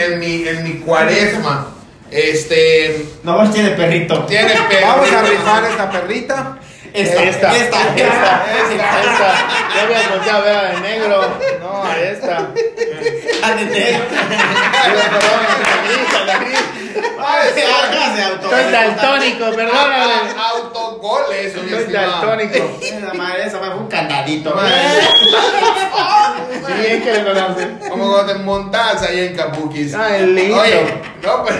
en mi cuaresma. No, tiene perrito. Vamos a rifar esta perrita. Esta. Ya habías volteado a ver a de negro. No, a esta. A de negro. Soy daltónico, perdóname. Autogol, eso. Soy daltónico. Esa fue un candadito. Bien que le conocen. Como cuando te montas ahí en Kabuki. Ah, el lindo. Oye, no, pero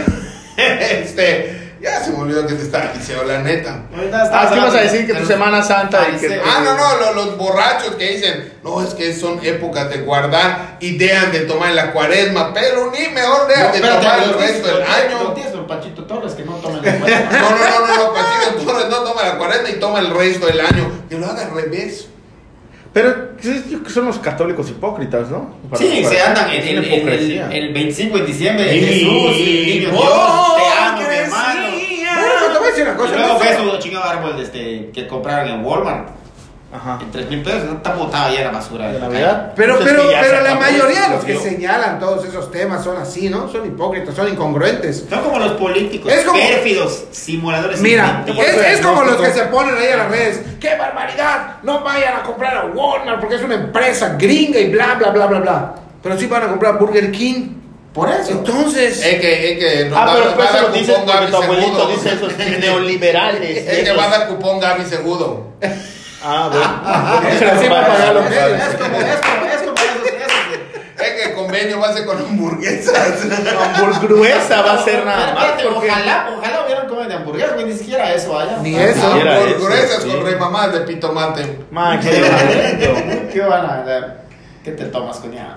ya se me olvidó que te estaba diciendo, la neta. ¿Qué vas a decir? Que tu Semana Santa y que... No, los borrachos que dicen, no, es que son épocas de guardar y dejan de tomar en la cuaresma, pero ni mejor dejan de tomar el resto del año. No tienes con Pachito Torres que no tomen la cuaresma. No, Pachito Torres no toma la cuaresma y toma el resto del año. Que lo haga al revés. Pero son los católicos hipócritas, ¿no? Sí, se andan el 25 de diciembre de Jesús, niño Dios, te amo, mi hermano. Bueno, te voy a decir una cosa. Y luego ves un chingado árbol que compraron en Walmart. Ajá. En 3,000 pesos, está botado ya la basura ¿De Navidad? Pero Pues es que ya se la acabó, mayoría de los se que volvió. señalan todos esos temas son así, ¿no? Son hipócritas, son incongruentes. Son como los políticos, Es como- pérfidos, simuladores. Mira, inventivos. es como los que se ponen ahí en las redes. ¡Qué barbaridad! No vayan a comprar a Walmart porque es una empresa gringa y bla, bla, bla, bla, bla. Pero sí van a comprar Burger King. Por eso. Entonces... Es que nos Pero va a eso dar lo dices cupón porque Gaby tu abuelito Segudo. dice esos neoliberales. Es que va a dar cupón Gaby Segudo. Ah, bueno. Se la Así va a pagar los medios. Es como esos. Es que el convenio va a ser con hamburguesas. Hamburguesa va a ser nada más. Espérate, Porque... ojalá hubieran comido de hamburguesas, güey, ni siquiera eso allá. Ni eso. Hamburguesas Sí. con remamás de pitomate. Man, qué violento. ¿Qué van a dar? ¿Qué te tomas, cuñado?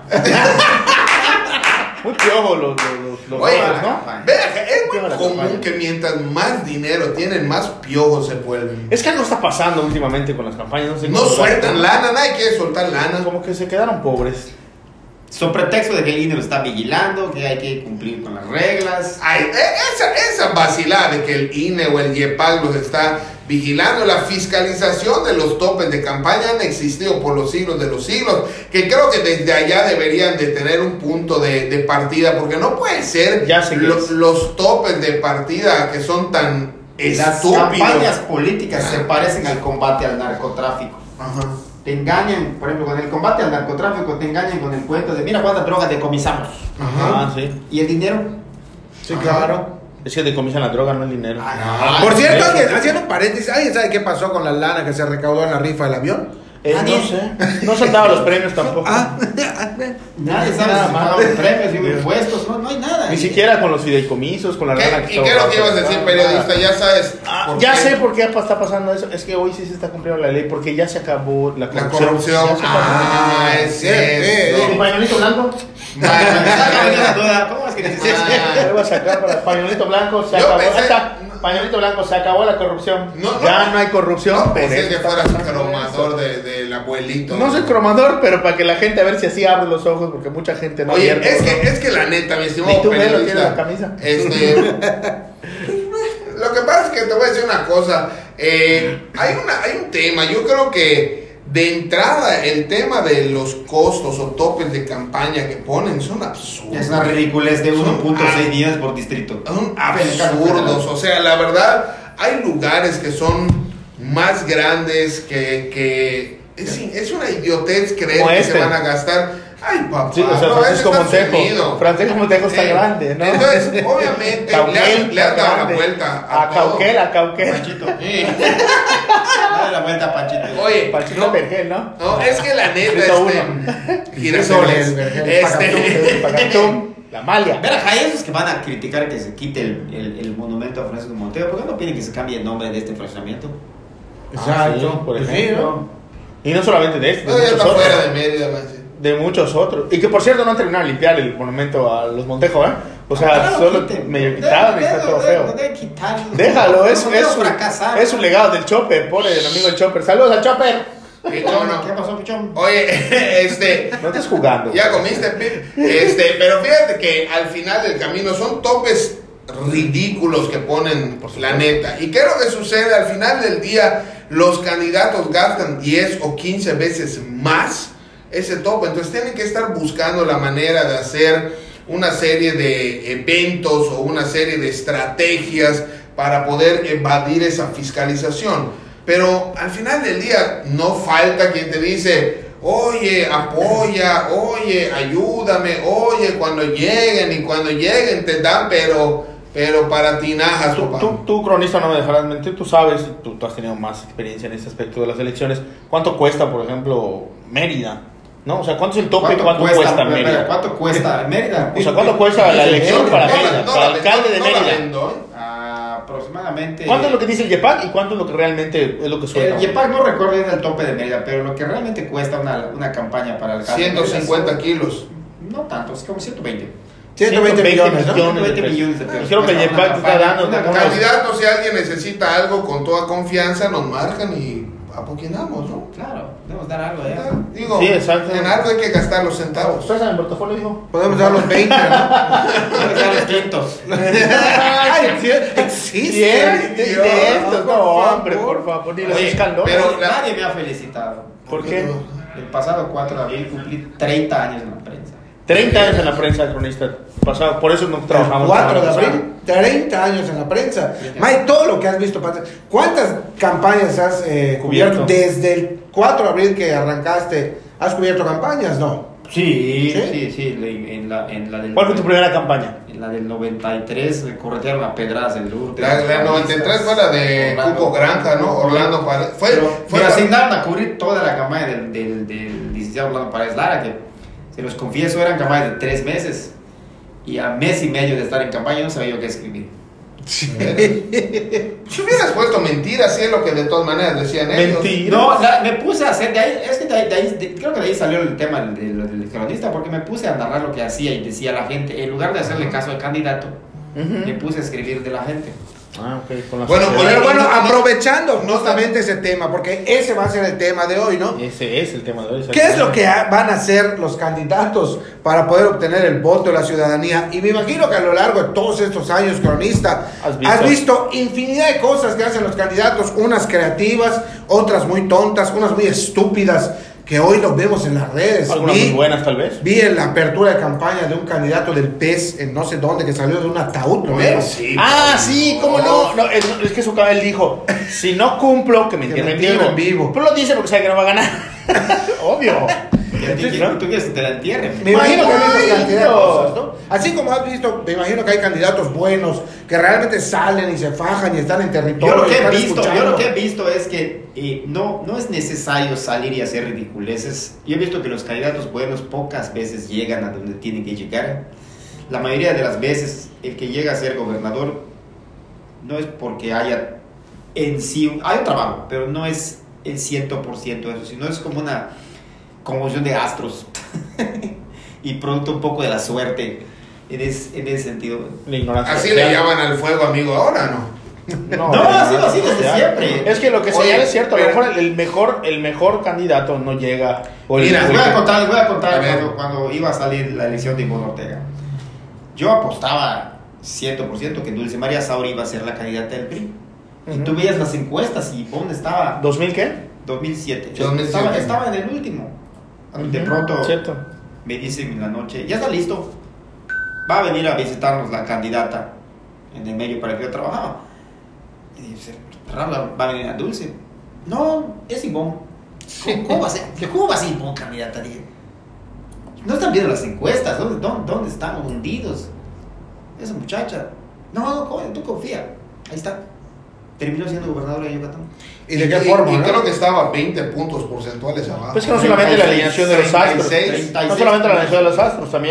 Muy piojo los Oye, dólares, ¿no? vea, es Qué muy mala común campaña. que mientras más dinero tienen, más piojos se vuelven. Es que algo está pasando últimamente con las campañas. No sé No cómo- sueltan lana, nadie quiere soltar lana. Como que se quedaron pobres. Son pretexto de que el INE lo está vigilando, que hay que cumplir con las reglas. Ay, esa vacilada de que el INE o el IEPAG los está vigilando, la fiscalización de los topes de campaña han existido por los siglos de los siglos, que creo que desde allá deberían de tener un punto de partida, porque no puede ser Ya sé que es. los topes de partida que son tan Las estúpidos. campañas políticas se parecen al combate al narcotráfico. Ajá. Te engañan, por ejemplo, con el combate al narcotráfico, te engañan con el cuento de mira cuántas drogas decomisamos. Ah, sí. ¿Y el dinero? Sí, claro. Es que decomisan la droga, no el dinero. Por cierto, haciendo un paréntesis, ¿alguien sabe qué pasó con la lana que se recaudó en la rifa del avión? No sé. No se han dado los premios tampoco. Nadie sabe Nada si más. pagaron premios, y impuestos, no hay nada. Ni siquiera con los fideicomisos, con la lana ¿Y qué es lo que ibas a decir, periodista? Ya sabes. por Ya qué. sé por qué está pasando eso. Es que hoy sí se está cumpliendo la ley porque ya se acabó la La corrupción. corrupción. Ya se acabó. Es eso. ¿Un pañuelito blanco? ¿Cómo es que dices? Le voy a sacar para pañuelito blanco. Se Yo acabó. pensé- Ahí está. Pañuelito blanco, se acabó la corrupción. No, ya no. no hay corrupción. No por pensé eso que está fueras un pasando cromador eso. del abuelito. No soy cromador, pero para que la gente a ver si así abre los ojos, porque mucha gente no Oye, avierte los ojos. es que la neta, mi Ni estimado tú, Melo, periodista, tienes la camisa. Lo que pasa es que te voy a decir una cosa. Hay un tema. Yo creo que de entrada el tema de los costos o topes de campaña que ponen son absurdos. Es una ridiculez de 1.6 millones por distrito. Son absurdos. O sea, la verdad, hay lugares que son más grandes que es una idiotez creer Como que este. se van a gastar. Ay, papá. Sí, o sea, no, Francisco ese está Montejo. sumido. Francisco Montejo está grande, ¿no? Entonces, obviamente, Cauquel le has está dado la grande. vuelta A todo. Cauquel. Panchito. Sí. Dale la vuelta a Panchito. Oye, Panchito no, Vergel, ¿no? no, es que la neta, Distrito girasoles, Pacatún, la Malia. Ver, hay esos que van a criticar que se quite el monumento a Francisco Montero. ¿Por qué no piden que se cambie el nombre de este fraccionamiento? Exacto. Sí, por Pues sí, ejemplo. ¿no? Y no solamente de este, no, de ya muchos está otros. fuera de Mérida, man. De muchos otros. Y que por cierto no han terminado de limpiar el monumento a los Montejo, ¿eh? O sea, solo medio quitaron y está todo feo. Déjalo, es un legado del Chopper, pobre del amigo del Chopper. Saludos al Chopper. Pichón, no. ¿Qué pasó, Pichón? Oye, No estés jugando. ya comiste, Pip. Pero fíjate que al final del camino son topes ridículos que ponen la neta. ¿Y qué es lo que sucede? Al final del día, los candidatos gastan 10 o 15 veces más ese tope. Entonces tienen que estar buscando la manera de hacer una serie de eventos o una serie de estrategias para poder evadir esa fiscalización. Pero al final del día no falta quien te dice, oye, apoya, oye, ayúdame, oye, cuando lleguen te dan, pero para tinajas. Tú, cronista, no me dejarás mentir, tú sabes, tú has tenido más experiencia en este aspecto de las elecciones. ¿Cuánto cuesta, por ejemplo, Mérida? ¿No? O sea, ¿cuánto es el tope y cuánto cuesta Mérida? ¿Cuánto cuesta Mérida? O sea, ¿cuánto cuesta la elección para Mérida? Para el alcalde de Mérida. Aproximadamente. ¿Cuánto es lo que dice el YEPAC y cuánto es lo que realmente es lo que suelta? El YEPAC no recuerdo bien el tope de Mérida, pero lo que realmente cuesta una campaña para el alcalde. 150 kilos. No tanto, es como 120. 120 millones, ¿no? 120 millones de pesos. Creo que el YEPAC está dando. Candidato, si alguien necesita algo con toda confianza, nos marcan y apoquinamos, ¿no? Claro, debemos dar algo ya. Digo, sí, exacto. En algo hay que gastar los centavos. ¿Estás en el portafolio, hijo? Podemos dar los 20, ¿no? Podemos dar los quintos. Existe. De estos, no, hombre, por favor, ni los escalones. Pero nadie me ha felicitado. ¿Por qué? El pasado 4 de abril cumplí 30 años en la prensa. 30 años en la prensa, cronista. Pasado, por eso no trabajamos. 4 de abril, 30 años en la prensa. May, todo lo que has visto, ¿cuántas campañas has cubierto? Desde el 4 de abril que arrancaste, ¿has cubierto campañas? No. Sí. En la del, ¿Cuál fue tu primera campaña? En la del 93 corretearon a Pedradas del Lourdes. La del 93 fue la de Cuco Granja, ¿no? Orlando Paredes. Me asignaron a cubrir toda la campaña del licenciado Orlando Paredes Lara, que se los confieso, eran campañas de 3 meses. Y a mes y medio de estar en campaña no sabía yo qué escribir. Si hubieras puesto mentiras, sí es lo que de todas maneras decían ellos. No, me puse a hacer, creo que de ahí salió el tema del cronista, porque me puse a narrar lo que hacía y decía la gente. En lugar de hacerle caso al candidato, me puse a escribir de la gente. Ah, ok. Con bueno, aprovechando justamente ese tema, porque ese va a ser el tema de hoy, ¿no? Ese es el tema de hoy. ¿Qué es lo que van a hacer los candidatos para poder obtener el voto de la ciudadanía? Y me imagino que a lo largo de todos estos años, cronista, has visto infinidad de cosas que hacen los candidatos, unas creativas, otras muy tontas, unas muy estúpidas, que hoy los vemos en las redes. Algunas muy buenas, tal vez. Vi en la apertura de campaña de un candidato del PES, en no sé dónde, que salió de un ataúd, ¿no? Sí, sí, ¿cómo no? Es que él dijo, si no cumplo, que me entierren vivo. Pero lo dice porque sabe que no va a ganar. Obvio. ¿Tú quieres que te la entierren? Me imagino que has visto cantidad de cosas, ¿no? Así como has visto, me imagino que hay candidatos buenos que realmente salen y se fajan y están en territorio. Yo lo que he visto es que no es necesario salir y hacer ridiculeces. Yo he visto que los candidatos buenos pocas veces llegan a donde tienen que llegar. La mayoría de las veces el que llega a ser gobernador no es porque haya en sí, hay un trabajo, pero no es el 100% de eso, sino es como una conjunción de astros y producto un poco de la suerte en ese sentido. Así le llaman al fuego, amigo, ahora, ¿no? No, así desde siempre. Es que lo que señala es cierto, a lo mejor el mejor candidato no llega. Mira, les voy a contar cuando iba a salir la elección de Ivonne Ortega. Yo apostaba 100% que Dulce María Sauri iba a ser la candidata del PRI. Y tú veías las encuestas y Ivonne estaba... ¿2000 qué? 2007. 2007. Estaba en el último. De pronto cierto. Me dicen en la noche, ya está listo, va a venir a visitarnos la candidata en el medio para que yo trabajaba. Y dice, ¿va a venir a Dulce? No, es Ivonne. ¿Cómo va a ser? ¿Cómo va a ser Ivonne candidata? Dije, no están viendo las encuestas, ¿dónde están hundidos? Esa muchacha. No, tú confía, ahí está. Terminó siendo gobernador de Yucatán. ¿Y de qué forma? Y creo que estaba 20 puntos porcentuales abajo. Pues que no solamente la alineación de los astros, 36, no solamente la alineación de los astros, también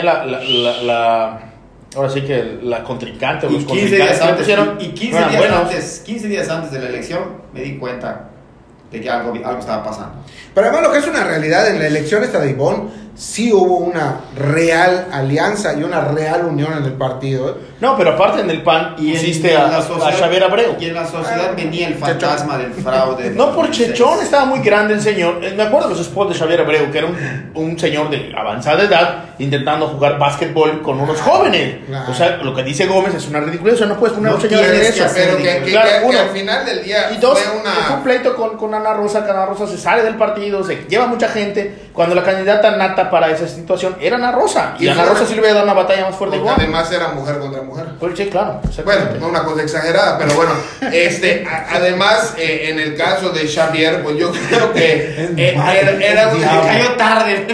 ahora sí que la contrincante, los contrincantes que pusieron. Y 15 días antes de la elección me di cuenta de que algo estaba pasando. Pero además lo que es una realidad en la elección esta de Ivonne, sí hubo una real alianza y una real unión en el partido, ¿eh? No, pero aparte en el PAN hiciste a Xavier Abreu. Y en la sociedad venía el fantasma del fraude. No por chechón, estaba muy grande el señor. Me acuerdo de los spots de Xavier Abreu, que era un señor de avanzada edad intentando jugar básquetbol con unos jóvenes. O sea, lo que dice Gómez es una ridiculez. O sea, no puedes poner a un señor de eso. Pero que al final del día y dos, fue un pleito con Ana Rosa, que Ana Rosa se sale del partido, se lleva mucha gente. cuando la candidata nata para esa situación era Ana Rosa. Y Ana Rosa sí le hubiera dado una batalla más fuerte igual. Además era mujer contra mujer. Pues sí, claro. Bueno, no una cosa exagerada, pero bueno. Además, en el caso de Xavier, pues yo creo que era un... Cayó tarde.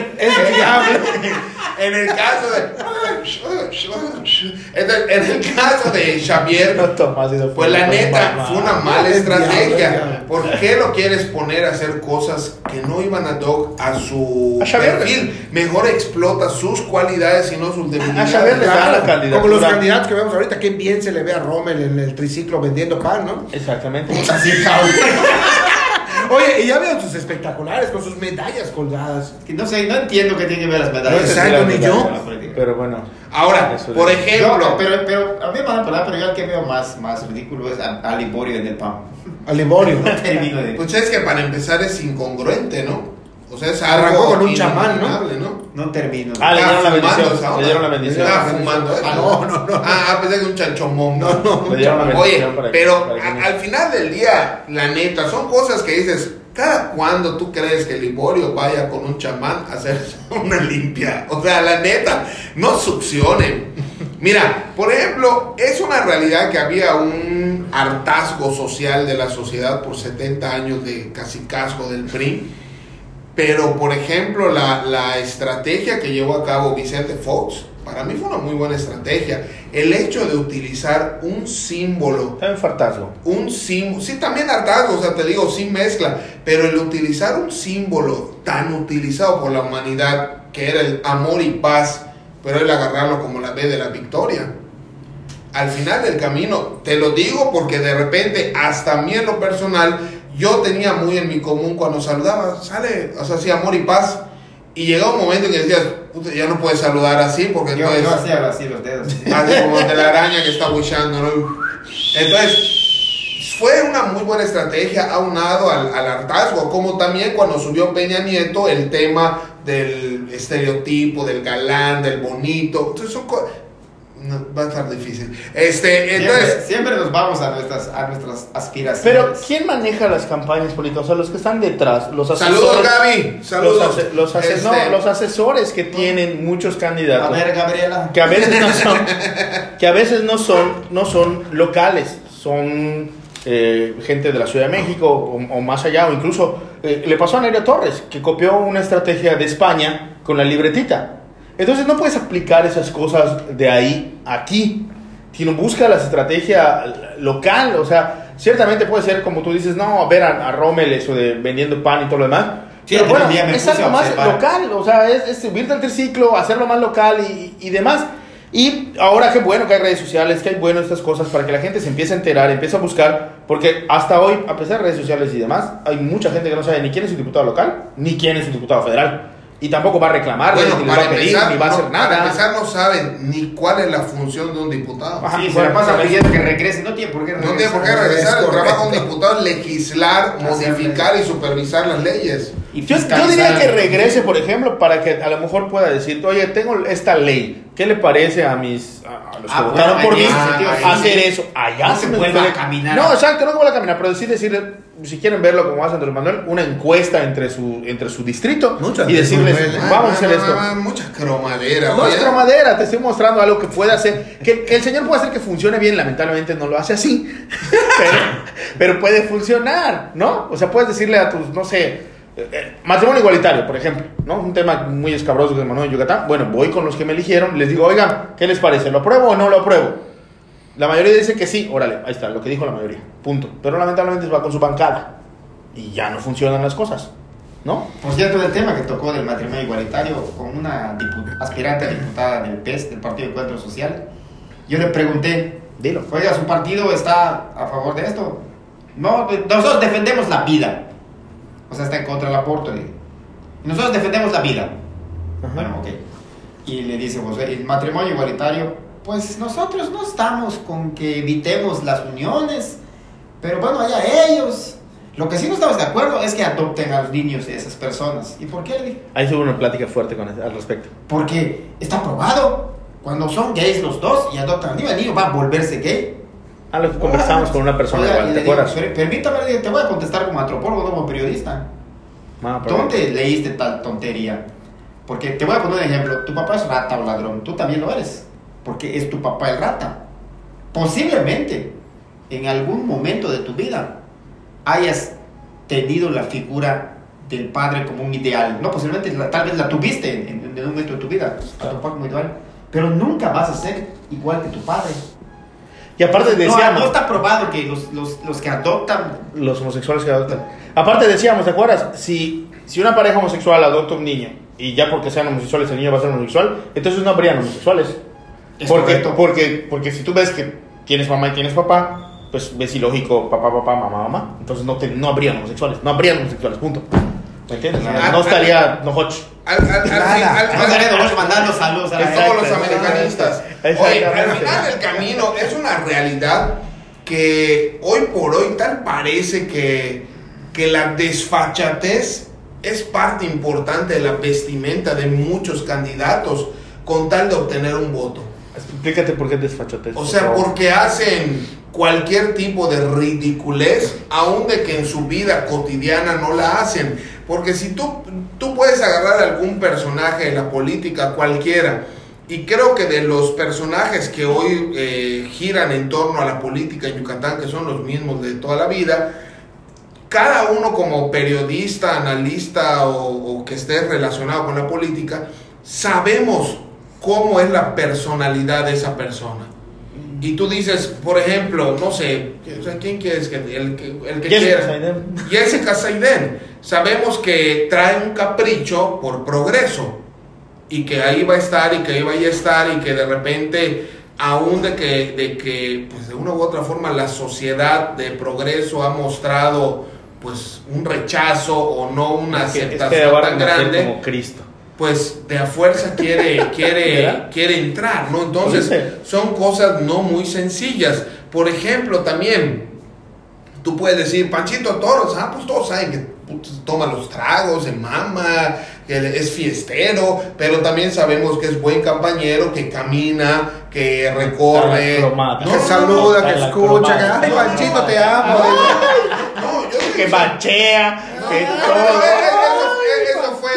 En el caso de Xavier, pues la neta fue una mala estrategia. ¿Por qué lo quieres poner a hacer cosas que no iban a su perfil? Mejor explota sus cualidades y no sus debilidades. Claro, como los candidatos que vemos ahorita, qué bien se le ve a Rommel en el triciclo vendiendo pan, ¿no? Exactamente. Oye, y ya veo sus espectaculares con sus medallas colgadas. No sé, no entiendo qué tiene que ver las medallas. No, exacto, ni yo. Pero bueno. Ahora, por ejemplo... Pero a mí me van a parar, pero yo el que veo más ridículo es a Liborio en el PAN. A Liborio. No termino de... Pues es que para empezar es incongruente, ¿no? O sea, es algo arrancó con un chamán, ¿no? No termino. Le dieron la bendición. Le dieron la bendición. Estaba fumando eso. No. Pensé que un chanchomón. No. Le dieron la bendición. Oye, pero al final del día, la neta, son cosas que dices, ¿cada cuándo tú crees que Liborio vaya con un chamán a hacer una limpia? O sea, la neta, no succionen. Mira, por ejemplo, es una realidad que había un hartazgo social de la sociedad por 70 años de cacicazgo del PRI. Pero, por ejemplo, la estrategia que llevó a cabo Vicente Fox, para mí fue una muy buena estrategia. El hecho de utilizar un símbolo. También fue hartazgo. Sí, también hartazgo, o sea, te digo, sin mezcla. Pero el utilizar un símbolo tan utilizado por la humanidad, que era el amor y paz, pero el agarrarlo como la B de la victoria. Al final del camino, te lo digo porque de repente, hasta a mí en lo personal, yo tenía muy en mi común cuando saludaba, o sea, hacía amor y paz. Y llegaba un momento en que decías, ya no puedes saludar así porque yo hacía así los dedos. Así como de la araña que está buchando, ¿no? Entonces, fue una muy buena estrategia aunado al hartazgo, como también cuando subió Peña Nieto el tema del estereotipo, del galán, del bonito. Entonces son cosas... No, va a estar difícil. Entonces, siempre nos vamos a nuestras aspiraciones. Pero ¿quién maneja las campañas políticas? O sea, los que están detrás, los asesores. Saludos, Gaby. Saludos. Los asesores que tienen muchos candidatos. A ver, Gabriela. Que a veces no son locales, son gente de la Ciudad de México o más allá, o incluso le pasó a Nerio Torres, que copió una estrategia de España con la libretita. Entonces no puedes aplicar esas cosas de ahí aquí, sino busca la estrategia local. O sea, ciertamente puede ser como tú dices, no, ver a Rommel eso de vendiendo pan y todo lo demás. Sí, pero bueno, es algo más local, o sea, es subirte al triciclo, hacerlo más local y demás. Y ahora qué bueno que hay redes sociales, que hay bueno estas cosas para que la gente se empiece a enterar, empiece a buscar, porque hasta hoy, a pesar de redes sociales y demás, hay mucha gente que no sabe ni quién es un diputado local, ni quién es un diputado federal. Y tampoco va a reclamar, ni les va a pedir, ni va a hacer nada. Para empezar, no saben ni cuál es la función de un diputado. Sí, se la pasa pidiendo que regrese. No tiene por qué regresar. No tiene por qué regresar. El trabajo de un diputado es legislar, modificar y supervisar las leyes. Yo diría que regrese, por ejemplo, para que a lo mejor pueda decir, oye, tengo esta ley. ¿Qué le parece a los que votaron por mí hacer eso? Allá no se vuelva a caminar. No, exacto, no se vuelva a caminar, pero sí decirle, si quieren verlo como hace Andrés Manuel, una encuesta entre su distrito y decirles, vamos a hacer esto. Mucha cromadera. No es cromadera, te estoy mostrando algo que puede hacer, que el señor puede hacer que funcione bien, lamentablemente no lo hace así, pero puede funcionar, ¿no? O sea, puedes decirle a tus, no sé, matrimonio igualitario, por ejemplo, ¿no? Un tema muy escabroso de Manuel en Yucatán. Bueno, voy con los que me eligieron, les digo, oigan, ¿qué les parece? ¿Lo apruebo o no lo apruebo? La mayoría dice que sí, órale, ahí está, lo que dijo la mayoría, punto. Pero lamentablemente va con su bancada y ya no funcionan las cosas, ¿no? Por cierto, el tema que tocó del matrimonio igualitario con una aspirante a diputada del PES, del Partido de Encuentro Social, yo le pregunté, dilo, oiga, ¿su partido está a favor de esto? No, nosotros defendemos la vida. O sea, está en contra del aborto. Y nosotros defendemos la vida. Ajá. Bueno, ok. Y le dice, pues, el matrimonio igualitario, pues nosotros no estamos con que evitemos las uniones, pero bueno, allá ellos. Lo que sí no estamos de acuerdo es que adopten a los niños de esas personas. ¿Y por qué le dije? Ahí tuve una plática fuerte al respecto. Porque está probado. Cuando son gays los dos y adoptan al niño, el niño va a volverse gay. Lo que conversamos con una persona igual, ¿te acuerdas? Permítame, te voy a contestar como antropólogo, no como periodista. ¿Dónde leíste tal tontería? Porque te voy a poner un ejemplo. Tu papá es rata o ladrón. Tú también lo eres. Porque es tu papá el rata. Posiblemente, en algún momento de tu vida, hayas tenido la figura del padre como un ideal. No, posiblemente, tal vez la tuviste en un momento de tu vida. A tu papá como ideal. Pero nunca vas a ser igual que tu padre. Y aparte decíamos... No está probado que los que adoptan... Los homosexuales que adoptan. Aparte decíamos, ¿te acuerdas? Si una pareja homosexual adopta un niño y ya porque sean homosexuales el niño va a ser homosexual, entonces no habrían homosexuales. Porque si tú ves que tienes mamá y tienes papá, pues ves ilógico papá, mamá. Entonces no habrían homosexuales. No habrían homosexuales, punto. ¿Me entiendes? No estaría Nojoch. No estaría Nojoch mandando saludos a todos los americanistas. Oye, al final del camino es una realidad que hoy por hoy tal parece que la desfachatez es parte importante de la vestimenta de muchos candidatos con tal de obtener un voto. Explícate por qué desfachatez. O sea, porque hacen cualquier tipo de ridiculez, aun de que en su vida cotidiana no la hacen. Porque si tú puedes agarrar algún personaje de la política, cualquiera, y creo que de los personajes que hoy giran en torno a la política en Yucatán, que son los mismos de toda la vida, cada uno como periodista, analista o que esté relacionado con la política, sabemos cómo es la personalidad de esa persona. Y tú dices, por ejemplo, no sé, ¿quién quieres que el que quiera? Jessica Saidén. Sabemos que trae un capricho por progreso y que ahí va a estar y que ahí vaya a estar y que de repente, aún de que pues de una u otra forma la sociedad de progreso ha mostrado pues un rechazo o no una aceptación tan grande como Cristo, pues de a fuerza quiere entrar, ¿no? Entonces son cosas no muy sencillas. Por ejemplo, también tú puedes decir, Panchito Toros, pues todos saben que toma los tragos, se mama, que es fiestero, pero también sabemos que es buen compañero, que camina, que recorre, que saluda, que escucha, que ay, Panchito, te amo. Que bachea, que todo. Eso fue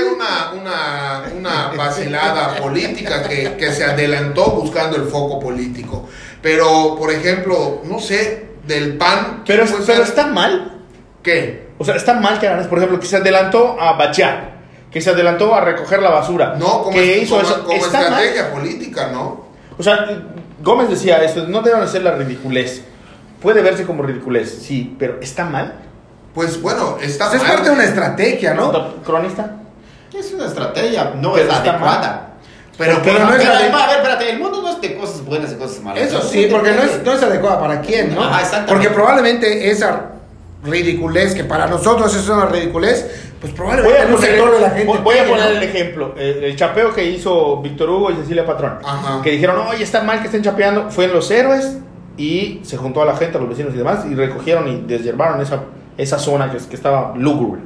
una vacilada política que se adelantó buscando el foco político. Pero, por ejemplo, no sé, del PAN... Pero está mal. ¿Qué? O sea, está mal que ganes, por ejemplo, que se adelantó a bachear, que se adelantó a recoger la basura. No, como estrategia política, ¿no? O sea, Gómez decía esto, no deben hacer la ridiculez. Puede verse como ridiculez, sí, pero ¿está mal? Pues bueno, está mal. Es parte de una estrategia, ¿no? ¿Cronista? Es una estrategia, no es adecuada. Pero no es a ver, espérate, el mundo no es de cosas buenas y cosas malas. Eso sí, porque no es adecuada para quién, ¿no? Porque probablemente esa ridiculez, que para nosotros es una ridiculez, pues probablemente en un sector de la gente... Voy a poner el ejemplo, el chapeo que hizo Víctor Hugo y Cecilia Patrón. Ajá. Que dijeron, oye, está mal que estén chapeando. Fue en Los Héroes y se juntó a la gente, a los vecinos y demás, y recogieron y deshiervaron esa zona que estaba lúgubre.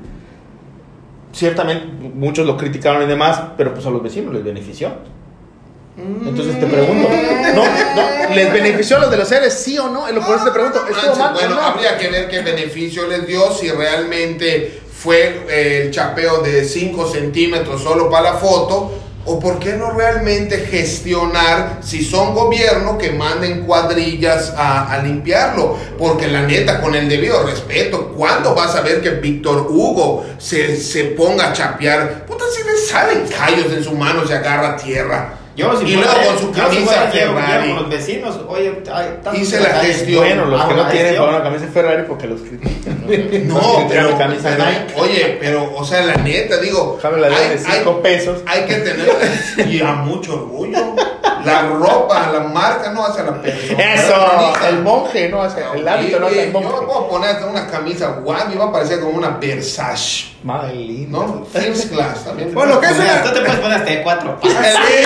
Ciertamente muchos lo criticaron y demás, pero pues a los vecinos les benefició. Entonces te pregunto, ¿no? ¿Les benefició a los de Los Héroes, sí o no? Por eso te pregunto, ¿estuvo mal bueno, o no? Habría que ver qué beneficio les dio, si realmente fue el chapeo de 5 centímetros solo para la foto, o por qué no realmente gestionar, si son gobierno, que manden cuadrillas a limpiarlo. Porque la neta, con el debido respeto, ¿cuándo vas a ver que Víctor Hugo se ponga a chapear? Puta, si le salen callos en su mano, se agarra tierra. Y luego con su camisa Ferrari. Con los vecinos, oye, hice la gestión. Bueno, los que no tienen para una camisa Ferrari porque los critican. No, pero oye, pero, o sea, la neta, digo, la de 5 pesos. Hay que tener y a mucho orgullo. La ropa, la marca no hace la persona. Eso, el monje no hace, el hábito no hace el monje. Yo me puedo poner hasta una camisa guay y va a parecer como una Versace. Madre linda. ¿No? First class también. Bueno, ¿qué es eso? Tú te puedes poner hasta 4 pasos.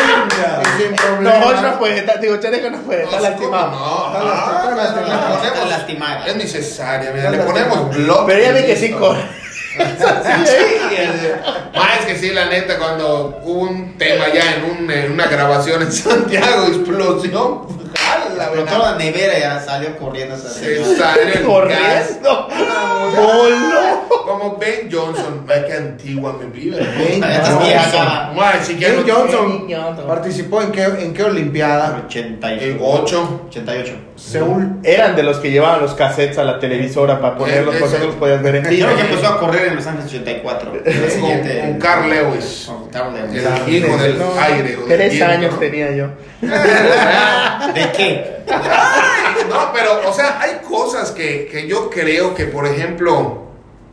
Sin problema. No puede, digo, Chaneco no puede, está lastimado. No, está lastimada. Es necesaria, mira, le ponemos blog. Pero ya vi que sí corre. Es que sí, la neta, cuando hubo un tema ya en una grabación en Santiago, explosión. Pero toda la nevera ya salió corriendo. Se salió corriendo. Como como Ben Johnson. Ay, qué antigua me vive. Ben Johnson participó en qué Olimpiada? 88. Seúl. Eran de los que llevaban los cassettes a la televisora para ponerlos, porque no los podías ver en vivo. Creo que empezó a correr en Los Ángeles 84. Con Carl Lewis. El hijo del aire. 3 años tenía yo. ¿De qué? No, pero, o sea, hay cosas que yo creo que, por ejemplo,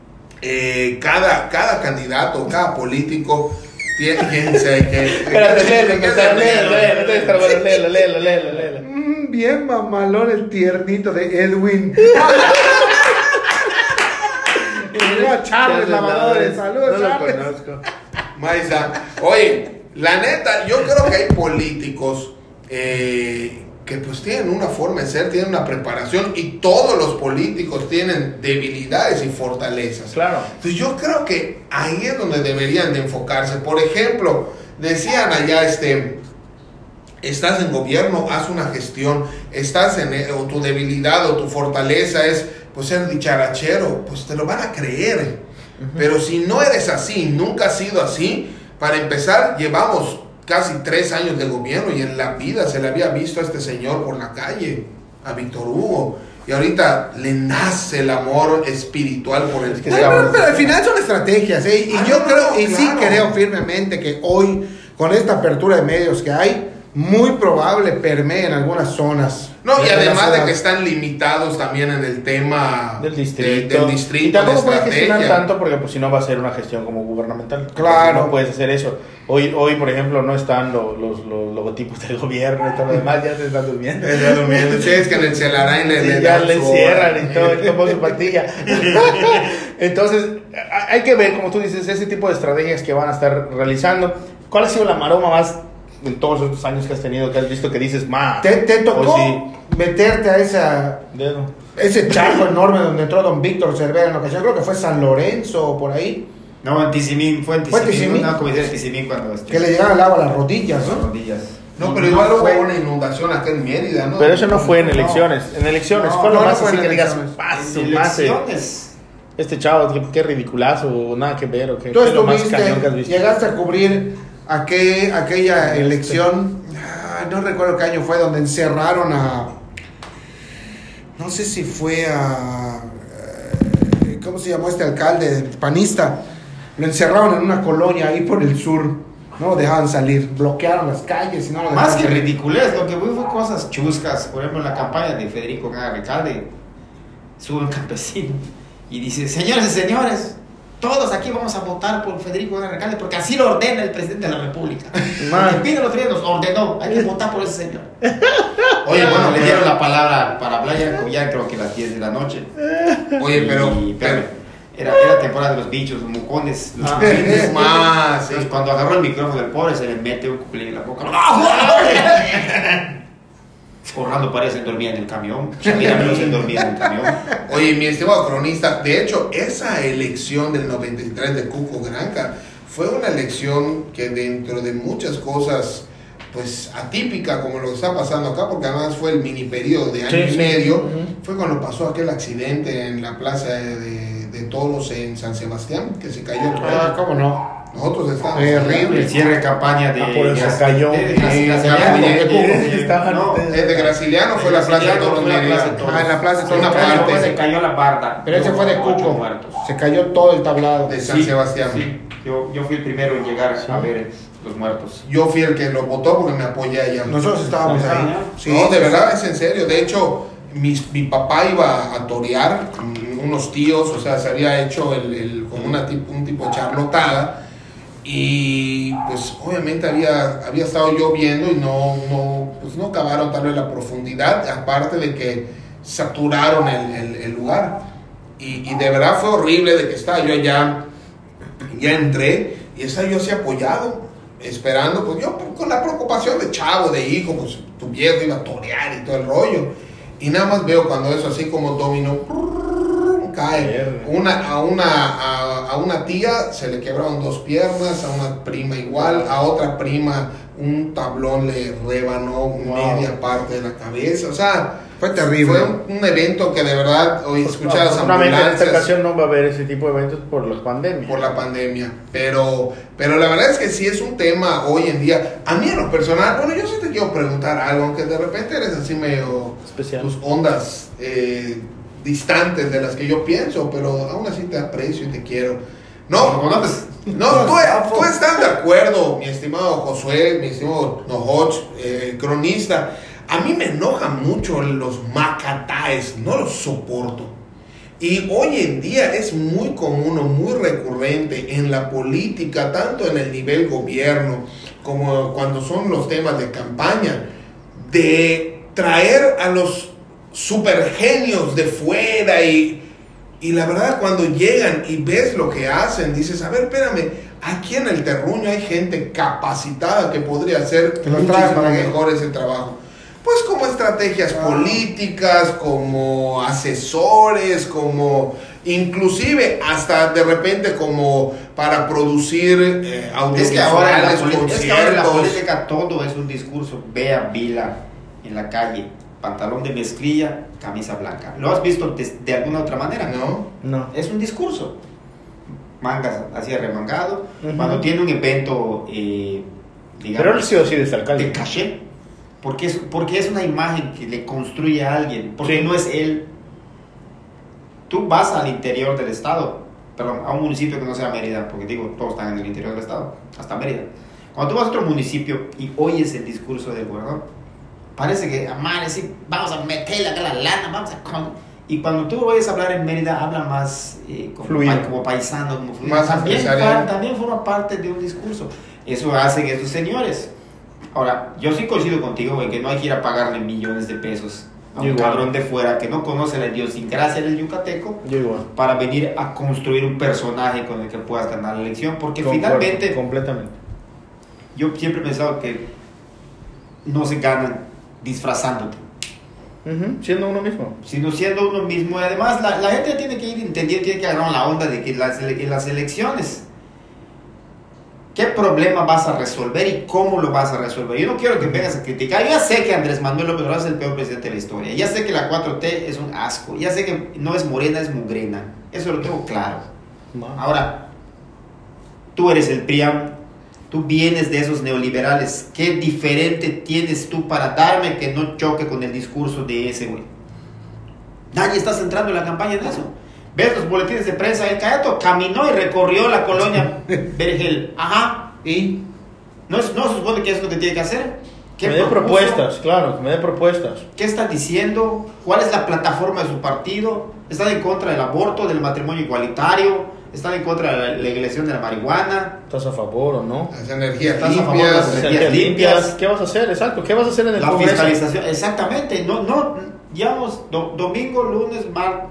cada candidato, cada político tiene. Espérate, léelo. Bien mamalón el tiernito de Edwin. Charles Lavadores, saludos, no Charles. lo conozco. Maiza, oye, la neta, yo creo que hay políticos que pues tienen una forma de ser, tienen una preparación, y todos los políticos tienen debilidades y fortalezas. Claro. Entonces yo creo que ahí es donde deberían de enfocarse. Por ejemplo, decían allá, estás en gobierno, haz una gestión, o tu debilidad o tu fortaleza es pues ser dicharachero, pues te lo van a creer. Pero si no eres así, nunca has sido así, para empezar, llevamos casi 3 años de gobierno y en la vida se le había visto a este señor por la calle, a Víctor Hugo, y ahorita le nace el amor espiritual por el pero al final son estrategias, y yo creo, y sí creo firmemente que hoy, con esta apertura de medios que hay, muy probable permee en algunas zonas. No, y además de que están limitados también en el tema del distrito. Y tampoco puedes gestionar tanto, porque pues si no va a ser una gestión como gubernamental. Claro. No puedes hacer eso. Hoy por ejemplo, no están los logotipos del gobierno y todo lo demás, ya se están durmiendo. Sí, es que en el Celarán ya le encierran y todo, y tomó su pastilla. Entonces, hay que ver, como tú dices, ese tipo de estrategias que van a estar realizando. ¿Cuál ha sido la maroma más en todos estos años que has tenido, que has visto, que dices, te tocó meterte a ese charco enorme donde entró don Víctor Cervera en la ocasión? Creo que fue San Lorenzo o por ahí. No, en Tizimín, fue en Tizimín. Una comida de Tizimín cuando... Que le llegaba el agua a las rodillas, ¿no? No, pero igual hubo una inundación acá en Mérida, ¿no? Pero eso no fue en elecciones. En elecciones, ¿cuál lo más así que digas? Este chavo, qué ridiculazo, nada que ver, o qué es lo más cañón que has visto. Llegaste a cubrir aquella elección, no recuerdo qué año fue, donde encerraron no sé si fue ¿cómo se llamó este alcalde panista? Lo encerraron en una colonia ahí por el sur, no lo dejaban salir, bloquearon las calles y no lo dejaban más que salir. ridiculez, lo que fue cosas chuscas. Por ejemplo, en la campaña de Federico Gaga Recalde, sube un campesino y dice: señores y señores, todos aquí vamos a votar por Federico Gaga Recalde porque así lo ordena el presidente de la República. El Pino los nos ordenó, hay que votar por ese señor. Oye, bueno, le dieron la palabra para hablar ya creo que a las 10 de la noche. Oye, pero era temporada de los bichos, los mucones, los más. Entonces, cuando agarró el micrófono del pobre, se le mete un cuplín en la boca. Orlando parece dormía en el camión. Shakira Melos se dormía en el camión. Oye, mi estimado cronista, de hecho, esa elección del 93 de Cuco Granca fue una elección que, dentro de muchas cosas, pues atípica, como lo que está pasando acá, porque además fue el mini periodo de año y medio, fue cuando pasó aquel accidente en la plaza de Toros en San Sebastián, que se cayó. ¿Cómo no? Nosotros estábamos horrible. El cierre de campaña de por eso cayó. De Graciliano fue la plaza de Toros. En la plaza de Toros se cayó la barda. Pero ese fue de Cuco. Se cayó todo el tablado de San Sebastián. Sí. Yo fui el primero en llegar a ver los muertos. Yo fui el que lo votó porque me apoyé allá. Nosotros estábamos ahí. Sí, no, de verdad, es en serio. De hecho, mi papá iba a torear, unos tíos, o sea, se había hecho como un tipo de charlotada. Y pues obviamente había estado lloviendo y no cavaron tal vez la profundidad, aparte de que saturaron el lugar. Y de verdad fue horrible de que estaba yo allá, ya entré y estaba yo así apoyado, esperando, pues yo con la preocupación de chavo, de hijo, pues tu viejo iba a torear y todo el rollo. Y nada más veo cuando eso así como dominó, cae. A una tía se le quebraron 2 piernas, a una prima igual, a otra prima un tablón le rebanó media parte de la cabeza. O sea, fue terrible. Fue un evento que de verdad hoy escuchar las ambulancias. En esta ocasión no va a haber ese tipo de eventos por la pandemia. Por la pandemia. Pero la verdad es que sí es un tema hoy en día. A mí en lo personal, bueno, yo sí te quiero preguntar algo, aunque de repente eres así medio especial. Tus ondas distantes de las que yo pienso, pero aún así te aprecio y te quiero. Tú estás de acuerdo, mi estimado Josué, mi estimado Nohoch, cronista. A mí me enojan mucho los macataes, no los soporto. Y hoy en día es muy común o muy recurrente en la política, tanto en el nivel gobierno como cuando son los temas de campaña, de traer a los supergenios de fuera y la verdad cuando llegan y ves lo que hacen, dices, a ver, espérame, aquí en el terruño hay gente capacitada que podría hacer muchísimo mejor ese trabajo. Pues como estrategias políticas, como asesores, como inclusive hasta de repente como para producir audiovisuales, es que ahora la política todo es un discurso. Ve a Vila en la calle, pantalón de mezclilla, camisa blanca. ¿Lo has visto de alguna otra manera? No. Es un discurso. Mangas así remangado. Cuando tiene un evento, digamos, pero no ha sido así desde el alcalde. De caché. Porque es una imagen que le construye a alguien, porque no es él. Tú vas al interior del estado, perdón, a un municipio que no sea Mérida, porque digo, todos están en el interior del estado, hasta Mérida. Cuando tú vas a otro municipio y oyes el discurso del gobernador, parece que, sí, vamos a meterle acá la lana, vamos a... Y cuando tú oyes hablar en Mérida, habla más como paisano, como fluido. Más también forma parte de un discurso. Eso hacen estos señores. Ahora, yo sí coincido contigo en que no hay que ir a pagarle millones de pesos a un cabrón de fuera que no conoce la idiosincrasia del yucateco para venir a construir un personaje con el que puedas ganar la elección, porque finalmente completamente. Yo siempre he pensado que no se ganan disfrazándote, siendo uno mismo, sino siendo uno mismo. Y además la gente tiene que ir entendiendo, tiene que agarrar la onda de que en las elecciones ¿qué problema vas a resolver y cómo lo vas a resolver? Yo no quiero que vengas a criticar. Yo ya sé que Andrés Manuel López Obrador es el peor presidente de la historia. Ya sé que la 4T es un asco. Ya sé que no es morena, es mugrena. Eso lo tengo claro. Ahora, tú eres el PRIAM. Tú vienes de esos neoliberales. ¿Qué diferente tienes tú para darme que no choque con el discurso de ese güey? Nadie está centrando la campaña en eso. ¿Ves los boletines de prensa? El Cayato caminó y recorrió la colonia Vergel. Ajá. ¿Y? ¿No se supone que es lo que tiene que hacer? Que me dé propuestas, claro, que me dé propuestas. ¿Qué están diciendo? ¿Cuál es la plataforma de su partido? ¿Están en contra del aborto, del matrimonio igualitario? ¿Están en contra de la legalización de la marihuana? ¿Estás a favor o no? Las energías ¿Estás a favor de las energías limpias? ¿Qué vas a hacer? Exacto. ¿Qué vas a hacer en el Congreso? Congreso? La fiscalización, exactamente. No, llevamos domingo, lunes, martes,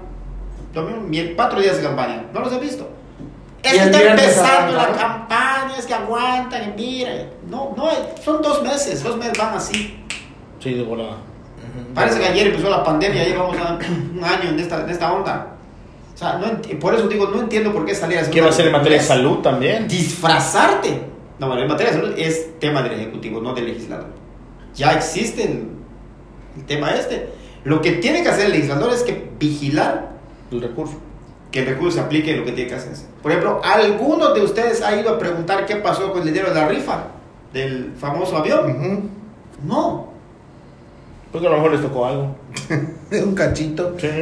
4 días de campaña. No los he visto. Es que está empezando la campaña, es que aguantan, miren. No, son 2 meses. 2 meses van así. Sí, de volada. Parece que ayer empezó la pandemia, llevamos un año en esta onda. O sea, por eso digo, no entiendo por qué salir a hacer. ¿Qué va a hacer en materia de salud también? Disfrazarte. No, bueno, en materia de salud es tema del Ejecutivo, no del legislador. Ya existe el tema este. Lo que tiene que hacer el legislador es que vigilar el recurso. Que el recurso se aplique en lo que tiene que hacer. Por ejemplo, ¿alguno de ustedes ha ido a preguntar qué pasó con el dinero de la rifa del famoso avión? No. Porque a lo mejor les tocó algo. Un cachito. Sí.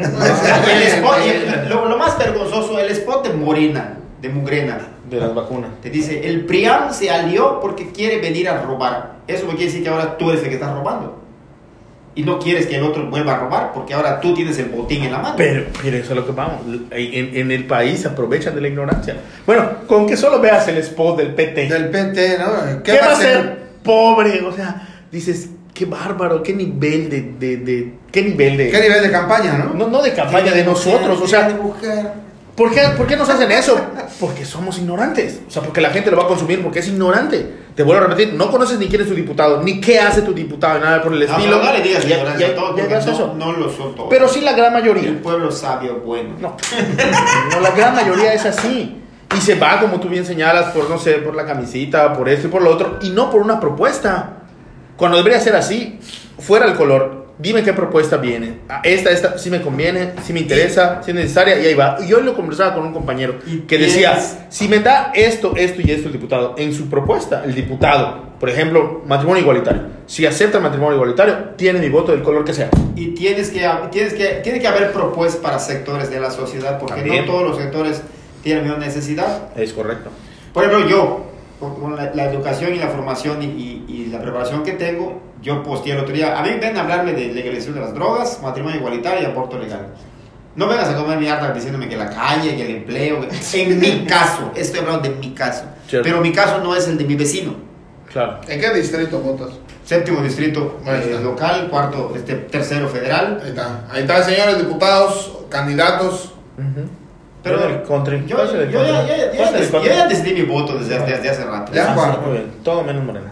Lo más vergonzoso, el spot de Morena, de Mugrena. De las vacunas. Te dice, el PRIAM se alió porque quiere venir a robar. Eso quiere decir que ahora tú eres el que estás robando. Y no quieres que el otro vuelva a robar porque ahora tú tienes el botín en la mano. Pero eso es lo que vamos. En el país se aprovechan de la ignorancia. Bueno, con que solo veas el spot del PT. Del PT, ¿no? ¿Qué va a ser pobre? O sea, dices, qué bárbaro, qué nivel ¿Qué nivel de campaña, no? No de campaña de nosotros, o sea, ¿Por qué nos hacen eso? Porque somos ignorantes. O sea, porque la gente lo va a consumir porque es ignorante. Te vuelvo a repetir, no conoces ni quién es tu diputado, ni qué hace tu diputado, nada por el estilo. No le digas ignorancia a todo, porque no lo son todos. Pero sí la gran mayoría. El pueblo sabio, bueno. No, la gran mayoría es así. Y se va, como tú bien señalas, por, no sé, por la camisita, por esto y por lo otro, y no por una propuesta. Cuando debería ser así, fuera el color, dime qué propuesta viene. Esta, sí me conviene, sí me interesa, sí es necesaria, y ahí va. Y yo lo conversaba con un compañero que decía, si me da esto y esto el diputado, en su propuesta, el diputado, por ejemplo, matrimonio igualitario, si acepta el matrimonio igualitario, tiene mi voto del color que sea. Y tiene que haber propuestas para sectores de la sociedad, porque también no todos los sectores tienen la misma necesidad. Es correcto. Por ejemplo, yo, con la educación y la formación y la preparación que tengo, yo posteé el otro día, a mí ven a hablarme de legalización de las drogas, matrimonio igualitario y aborto legal. No vengas a comer mierda diciéndome que la calle, que el empleo, en mi caso, estoy hablando de mi caso, cierto. Pero mi caso no es el de mi vecino. Claro. ¿En qué distrito votas? 7º distrito local, 3º federal. Ahí está, señores diputados, candidatos. Pero yo ya decidí mi voto desde hace rato. Ya, muy bien. Todo menos Morena.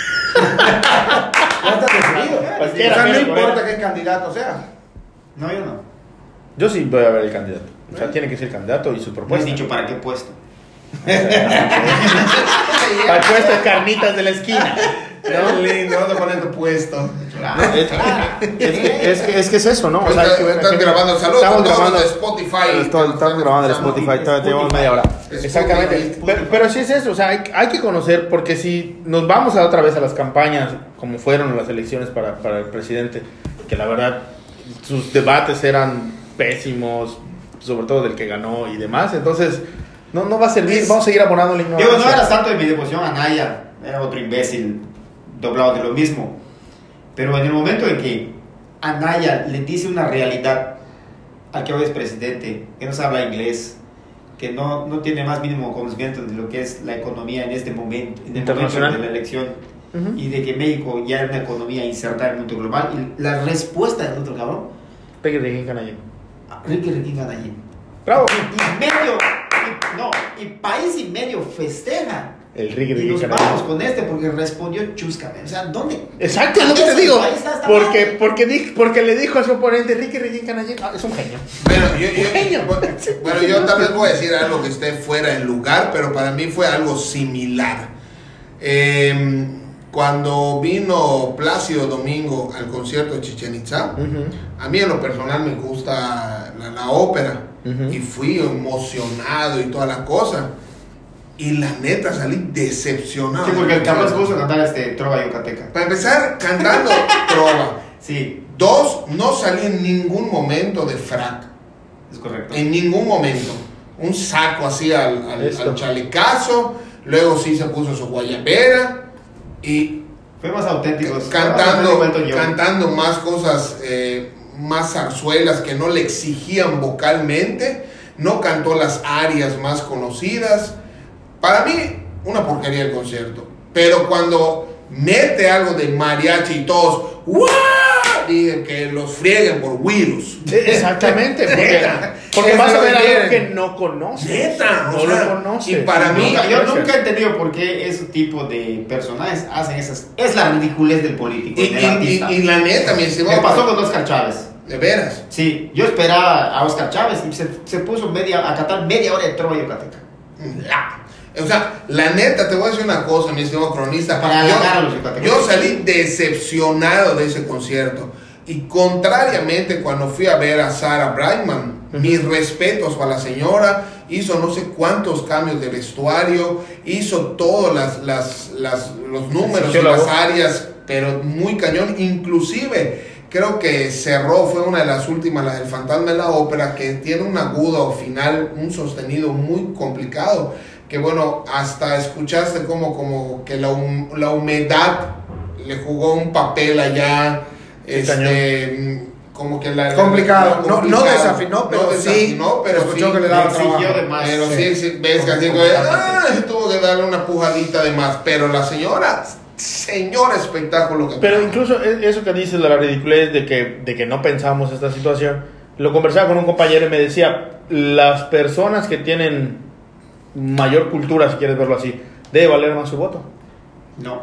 Ya está definido. O sea, no importa qué candidato sea. No, yo no. Yo sí voy a ver el candidato. O sea, tiene que ser candidato y su No has propuesta. dicho para qué puesto. Para el puesto de carnitas de la esquina. ¿No? Lindo, ¿dónde poner tu puesto? Claro. Es que es eso, ¿no? O sea, están grabando, saludos. Estamos grabando de Spotify. Estamos grabando en Spotify, todavía tenemos media hora. Exactamente. Pero sí es eso, o sea, hay que conocer, porque si nos vamos otra vez a las campañas, como fueron las elecciones para el presidente, que la verdad, sus debates eran pésimos, sobre todo del que ganó y demás, entonces no va a servir, vamos a seguir abonando la ignorancia. No era tanto de mi devoción a Naya, era otro imbécil doblado de lo mismo, pero en el momento en que Anaya le dice una realidad al que hoy es presidente, que no sabe inglés, que no tiene más mínimo conocimiento de lo que es la economía en este momento, en el momento de la elección, y de que México ya es una economía insertada en el mundo global, y la respuesta del otro cabrón, Ricky Canallín. Ricky Canallín. Bravo. Y país y medio festeja. El Ricky y nos Canallín. vamos con porque respondió chuscamente. O sea, ¿dónde? Exacto, es lo que te digo. Porque le dijo a su oponente Ricky Canallín. Es un genio. Bueno, yo tal vez voy a decir algo que esté fuera del lugar, pero para mí fue algo similar. Cuando vino Plácido Domingo al concierto de Chichén Itzá, a mí en lo personal me gusta la ópera, y fui emocionado y toda la cosa. Y la neta salí decepcionado. Sí, porque el cabrón se puso a cantar trova yucateca. Para empezar, cantando trova. Sí. 2, no salí en ningún momento de frac. Es correcto. En ningún momento. Un saco así al chalecazo. Luego sí se puso su guayabera. Y fue más auténtico. Cantando más cosas, más zarzuelas que no le exigían vocalmente. No cantó las arias más conocidas. Para mí, una porquería el concierto. Pero cuando mete algo de mariachi y todos, ¡guau! Dicen que los frieguen por virus. Exactamente. Porque vas a ver algo que no conoces. Neta, no lo conoces. Y para mí, yo nunca he entendido por qué ese tipo de personajes hacen esas. Es la ridiculez del político. Y la neta, mi estimado. Me pasó con Oscar Chávez. ¿De veras? Sí, yo esperaba a Oscar Chávez y se puso a cantar media hora de trova yucateca. O sea, la neta, te voy a decir una cosa, mi estimado cronista. Yo salí decepcionado de ese concierto. Y contrariamente, cuando fui a ver a Sarah Brightman, mis respetos para la señora, hizo no sé cuántos cambios de vestuario, hizo todos los números y las áreas, pero muy cañón. Inclusive, creo que cerró, fue una de las últimas, la del Fantasma de la Ópera, que tiene un agudo final, un sostenido muy complicado. Que bueno, hasta escuchaste como que la humedad le jugó un papel allá, como que complicado. No desafinó, pero escuchó que le daba trabajo. Demás, pero sí, ves que así tuvo que darle una pujadita de más, pero la señor espectáculo que pero incluso eso que dices de la ridiculez de que no pensamos esta situación, Lo conversaba con un compañero y me decía, las personas que tienen mayor cultura, si quieres verlo así, debe valer más su voto. No.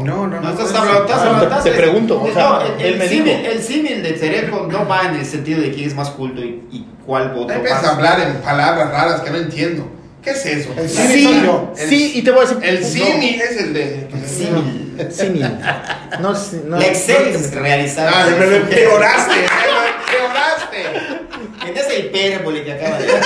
Te pregunto, o sea, él me dijo. El símil de Cerejo no va en el sentido de quién es más culto y cuál voto. Empiezas a hablar en palabras raras que no entiendo. ¿Qué es eso? Sí, y te voy a decir. El símil es el de. Símil. No, la Excel realizada. Me empeoraste. En esa hipérbole que acaba de decir.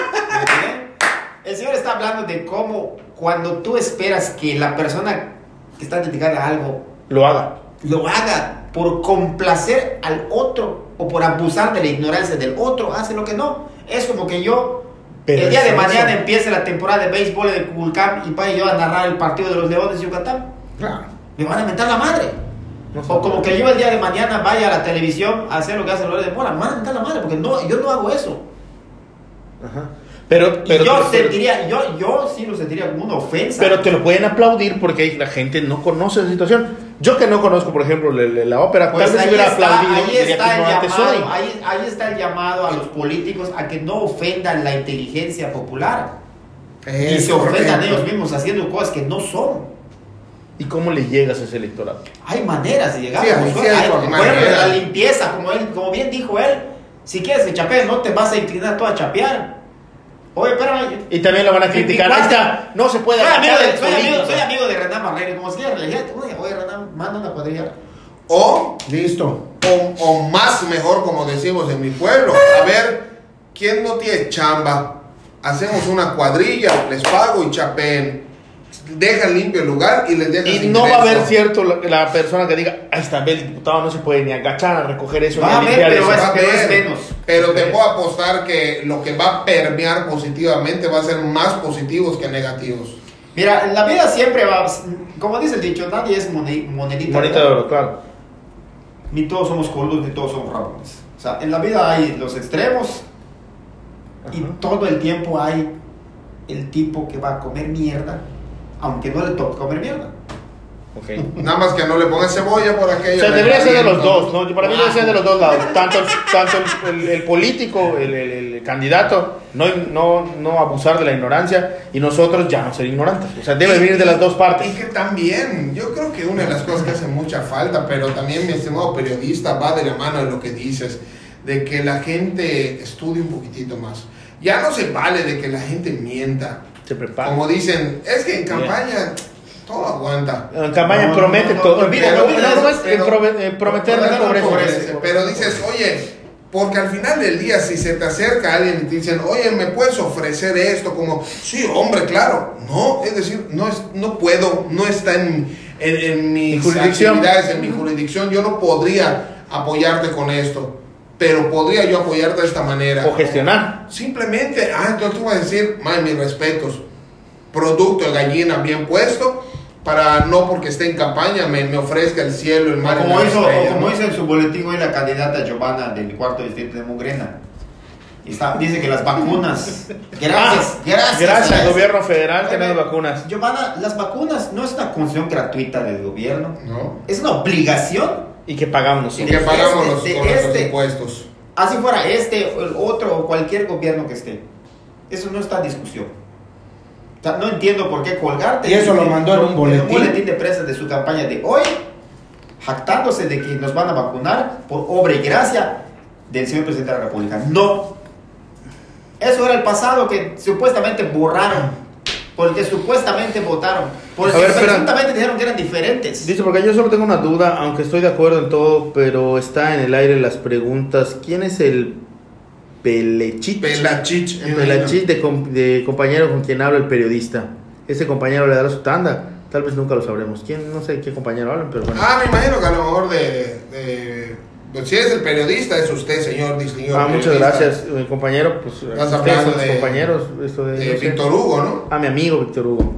El señor está hablando de cómo cuando tú esperas que la persona que está dedicada a algo lo haga por complacer al otro o por abusar de la ignorancia del otro, hace lo que no. Es como que yo, el día de mañana empiece la temporada de béisbol de Cuculcán y vaya yo a narrar el partido de los Leones de Yucatán. Claro. Me van a mentar la madre. O como que yo el día de mañana vaya a la televisión a hacer lo que hace Loret de Mola. Me van a mentar la madre porque yo no hago eso. Ajá. Pero yo sí lo sentiría como una ofensa. Pero te lo pueden aplaudir porque la gente no conoce esa situación. Yo que no conozco, por ejemplo, la ópera, pues tal vez hubiera aplaudido. Ahí está el llamado a los políticos a que no ofendan la inteligencia popular. Y se ofendan ellos mismos haciendo cosas que no son. ¿Y cómo le llegas a ese electorado? Hay maneras de llegar. La limpieza, como bien dijo él. Si quieres que chapeen, no te vas a inclinar tú a chapear. Oye, espérame. Y también lo van a criticar. Ahí está, no se puede. Soy amigo de Renan Barrera. Como si oye, Renan, manda una cuadrilla. Listo. O más mejor, como decimos en mi pueblo. A ver, ¿quién no tiene chamba? Hacemos una cuadrilla, les pago y chapeen. Dejan limpio el lugar y les dejan. Y no va a haber cierto la persona que diga, ahí está, el diputado no se puede ni agachar a recoger eso. Va a haber, pero es menos. Pero te puedo apostar que lo que va a permear positivamente va a ser más positivos que negativos. Mira, en la vida siempre va, como dice el dicho, nadie es monedita de oro, claro. Ni todos somos coludos, ni todos somos rabones. O sea, en la vida hay los extremos. Ajá. Y todo el tiempo hay el tipo que va a comer mierda, aunque no le toque comer mierda. Okay. Nada más que no le pongan cebolla por aquello. O sea, debería ser de los dos, ¿no? Para mí debe ser de los dos lados. Tanto el político, el candidato, no abusar de la ignorancia, y nosotros ya no ser ignorantes. O sea, debe venir de las dos partes. Y que también, yo creo que una de las cosas que hace mucha falta, pero también, mi estimado periodista, va de la mano de lo que dices, de que la gente estudie un poquitito más. Ya no se vale de que la gente mienta. Se prepara. Como dicen, es que en campaña todo aguanta. En campaña promete todo. Prometer no empobrece. Pero dices, oye, porque al final del día, si se te acerca alguien y te dicen, oye, ¿me puedes ofrecer esto? Como, sí, hombre, claro. No, es decir, no puedo, no está en mis actividades, en mi jurisdicción. Yo no podría apoyarte con esto. Pero podría yo apoyarte de esta manera. O gestionar. Simplemente, entonces tú vas a decir, mis respetos. Producto de gallina bien puesto, para no porque esté en campaña me ofrezca el cielo, el mar y la estrella. Como hizo en su boletín hoy la candidata Giovanna del cuarto distrito de Mongrena. Dice que las vacunas. Gracias al gobierno federal tenemos vacunas. Giovanna, las vacunas no es una concesión gratuita del gobierno. No. Es una obligación. Y que pagamos. Y que pagamos nuestros impuestos. Así fuera el otro o cualquier gobierno que esté. Eso no está en discusión. O sea, no entiendo por qué colgarte. Y eso lo mandó en un boletín de prensa de su campaña de hoy, jactándose de que nos van a vacunar por obra y gracia del señor presidente de la República. No. Eso era el pasado que supuestamente borraron. Porque supuestamente votaron. Porque presuntamente dijeron que eran diferentes. Dice, porque yo solo tengo una duda, aunque estoy de acuerdo en todo, pero está en el aire las preguntas. ¿Quién es el Pelachich de compañero con quien habla el periodista? Ese compañero le dará su tanda. Tal vez nunca lo sabremos. ¿Quién? No sé qué compañero hablan, pero bueno. Me imagino que a lo mejor si es el periodista, es usted, señor distinguido. Muchas gracias, mi compañero. Pues, estás hablando de compañeros. De Víctor Hugo, ¿no? Mi amigo Víctor Hugo.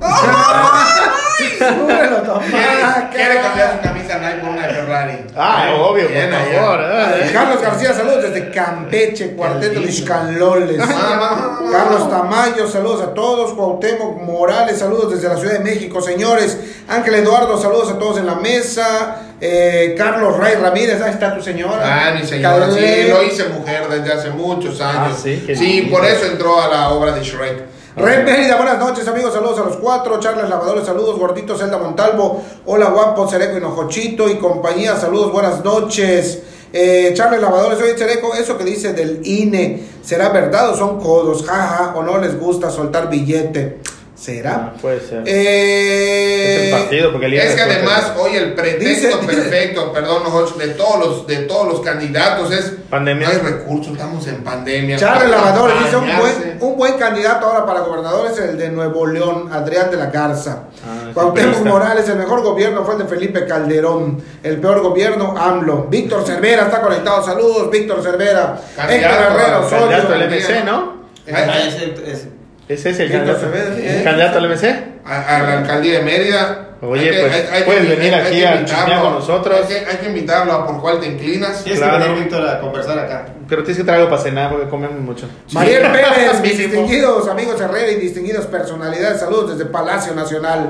Quiere cambiar su camisa Nike por una de Ferrari. Obvio, por favor. Carlos García, saludos desde Campeche, Cuarteto de Xcanloles. Carlos Tamayo, saludos a todos. Cuauhtémoc Morales, saludos desde la Ciudad de México, señores. Ángel Eduardo, saludos a todos en la mesa. Carlos Ray Ramírez, ahí está tu señora. Ah, mi señora, sí, lo hice mujer desde hace muchos años. Sí, por eso entró a la obra de Shrek. Red Mérida, buenas noches amigos, saludos a los cuatro. Charles Lavadores, saludos. Gordito Zelda Montalvo, hola guapo, Cereco Hinojochito y compañía, saludos, buenas noches. Charles Lavadores, oye Cereco, eso que dice del INE, ¿será verdad o son codos? Jaja, o no les gusta soltar billete. ¿Será? Puede ser. Es el partido, porque es que además hoy el pretexto perfecto, perdón, de todos los candidatos es pandemia. No hay recursos, estamos en pandemia. Charles Lavador dice un buen candidato ahora para gobernador es el de Nuevo León, Adrián de la Garza. Cuauhtémoc Morales, el mejor gobierno fue el de Felipe Calderón, el peor gobierno AMLO. Víctor Cervera está conectado, saludos Víctor Cervera. Héctor Herrera Osorio, candidato del MC, ¿no? Ese es el candidato al MC. A la alcaldía de Mérida. Oye, puedes venir aquí a chismear con nosotros. Hay que invitarlo a por cuál te inclinas. Tienes que venir, Víctor, a conversar acá. Pero tienes que traer algo para cenar porque comemos mucho. Mariel Pérez, mis distinguidos amigos Herrera y distinguidas personalidades, saludos desde Palacio Nacional.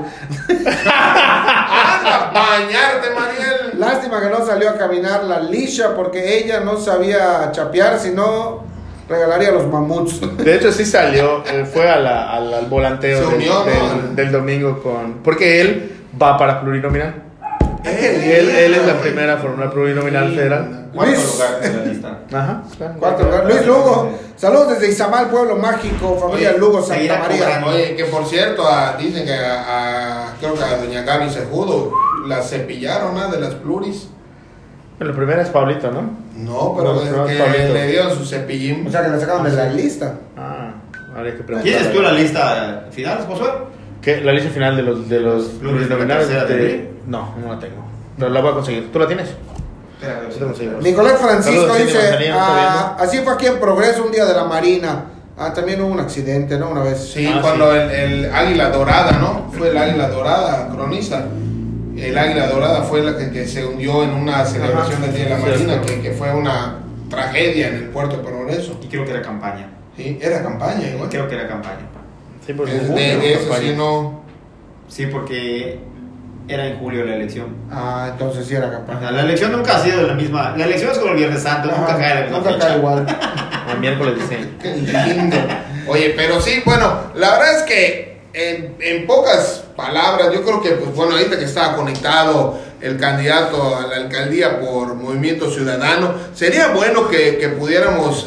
Anda, bañarte, Mariel. Lástima que no salió a caminar la Lisha porque ella no sabía chapear, sino regalaría los mamuts. De hecho sí salió, fue al volanteo del domingo porque él va para plurinominal. Él es la primera fórmula plurinominal federal. Cuarto lugar de la lista. Ajá, claro. Cuarto lugar. Luis Lugo, saludos desde Izamal, pueblo mágico, familia Lugo, Santa María. Oye, que por cierto, dicen que creo que a doña Gaby Sejudo la cepillaron de las pluris. La primera es Pablito, ¿no? No, pero que le dieron su cepillín. O sea, que la sacaron de la lista. Habría que preguntar. ¿Tienes tú la lista final, Josué? ¿Qué? ¿La lista final de los plurinominales? No la tengo. Pero la voy a conseguir. ¿Tú la tienes? Nicolás Francisco saludos, dice, así fue aquí en Progreso un día de la Marina. También hubo un accidente, ¿no? Una vez. Sí, cuando el Águila Dorada, ¿no? Fue el Águila Dorada, cronista. El Águila Dorada fue la que se hundió en una celebración del Día de la Marina, que fue una tragedia en el puerto de Progreso. Y creo que era campaña. Sí, era campaña igual. Creo que era campaña. Sí, porque de eso sí no. Sí, porque era en julio la elección. Entonces sí era campaña. O sea, la elección nunca ha sido la misma. La elección es como el Viernes Santo, nunca cae la misma fecha. Nunca cae igual. El miércoles dice. Qué lindo. Oye, pero sí, bueno, la verdad es que en pocas palabras, yo creo que, pues bueno, ahorita que estaba conectado el candidato a la alcaldía por Movimiento Ciudadano, sería bueno que pudiéramos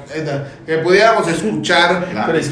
escuchar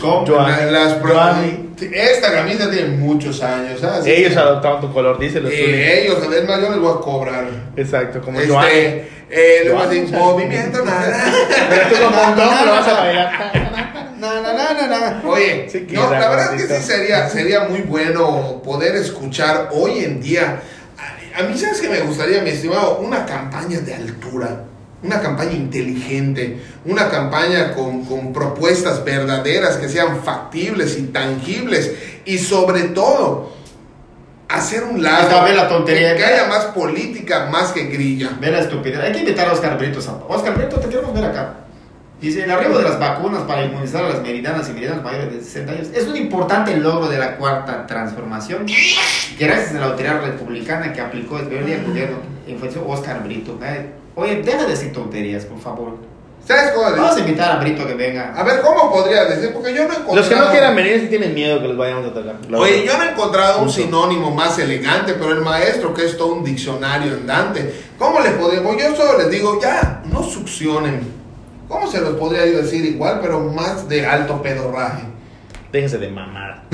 esta camisa tiene muchos años, ¿sabes? Ellos adoptaron tu color, dice los ellos, además yo les voy a cobrar. Exacto, como le voy a decir movimiento nada. Pero tú como un don lo vas a bailar. Oye, la verdad es que sí sería muy bueno poder escuchar hoy en día. A mí, ¿sabes qué me gustaría, mi estimado? Una campaña de altura, una campaña inteligente, una campaña con propuestas verdaderas que sean factibles y tangibles, y sobre todo hacer un lado la tontería, que haya más política más que grilla. Ve la estupidez. Hay que invitar a Oscar Brito. Oscar Brito, te queremos ver acá. Dice, el arribo de las vacunas para inmunizar a las meridanas y meridanos mayores de 60 años es un importante logro de la cuarta transformación, gracias a la autoridad republicana que aplicó desde el día del gobierno, influenció Oscar Brito. Oye, deja de decir tonterías, por favor. ¿Sabes cómo decir? Vamos a invitar a Brito a que venga. A ver, ¿cómo podría decir? Porque yo no he encontrado... Los que no quieran venir sí tienen miedo que los vayamos a atacar. Oye, yo no he encontrado un sinónimo más elegante, pero el maestro, que es todo un diccionario andante, ¿cómo les podemos? Yo solo les digo, ya, no succionen. ¿Cómo se los podría yo decir igual, pero más de alto pedorraje? Déjense de mamar.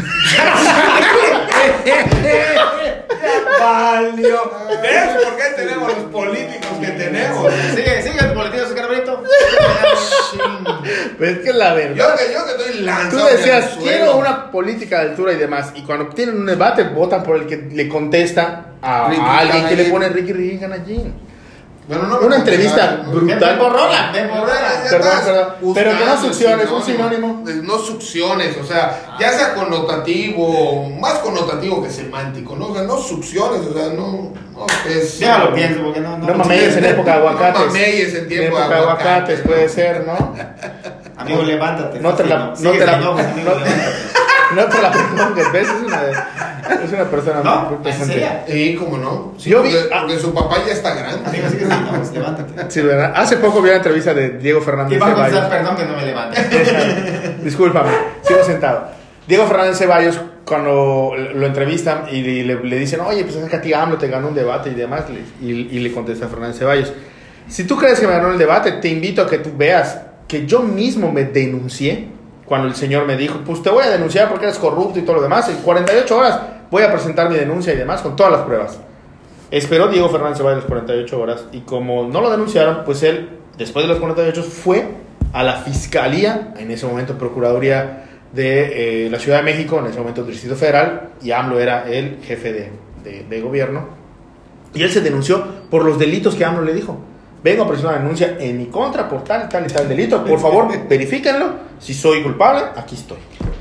Valió. ¿Ves por qué tenemos los políticos que tenemos? Sigue el político, Oscar Brito. Pero es que la verdad. Yo que estoy lanzado. Tú decías, quiero una política de altura y demás. Y cuando tienen un debate, votan por el que le contesta a alguien que le pone Ricky Ganallín. Bueno, no una entrevista brutal. Perdón. Pero que no succiones, un sinónimo. No succiones, o sea, ya sea connotativo, más connotativo que semántico, ¿no? O sea, no succiones, o sea, no es. Ya lo pienso, porque no mameyes en época de aguacates. No mameyes en tiempo de aguacates, puede ser, ¿no? Amigo, levántate. No te la. No te la pongas, ¿ves? Es una persona ¿No? muy presente. Sí, ¿cómo no? Sí, Yo vi... porque su papá ya está grande. Amigo, sigue así, no, levántate. Sí, ¿verdad? Hace poco vi una entrevista de Diego Fernández Iba a Ceballos. pensar, perdón que no me levante. Discúlpame, sigo sentado. Diego Fernández Ceballos, cuando lo entrevistan y le dicen, oye, pues es que a ti AMLO te ganó un debate y demás, y le contesta Fernández Ceballos, si tú crees que me ganó el debate, te invito a que tú veas que yo mismo me denuncié cuando el señor me dijo, pues te voy a denunciar porque eres corrupto y todo lo demás, en 48 horas voy a presentar mi denuncia y demás con todas las pruebas. Esperó Diego Fernández Ceballos 48 horas y como no lo denunciaron, pues él, después de los 48, fue a la Fiscalía, en ese momento Procuraduría de la Ciudad de México, en ese momento Distrito Federal, y AMLO era el jefe de gobierno, y él se denunció por los delitos que AMLO le dijo. Vengo a presentar una denuncia en mi contra por tal y tal y tal delito, por favor verifíquenlo, si soy culpable, aquí estoy.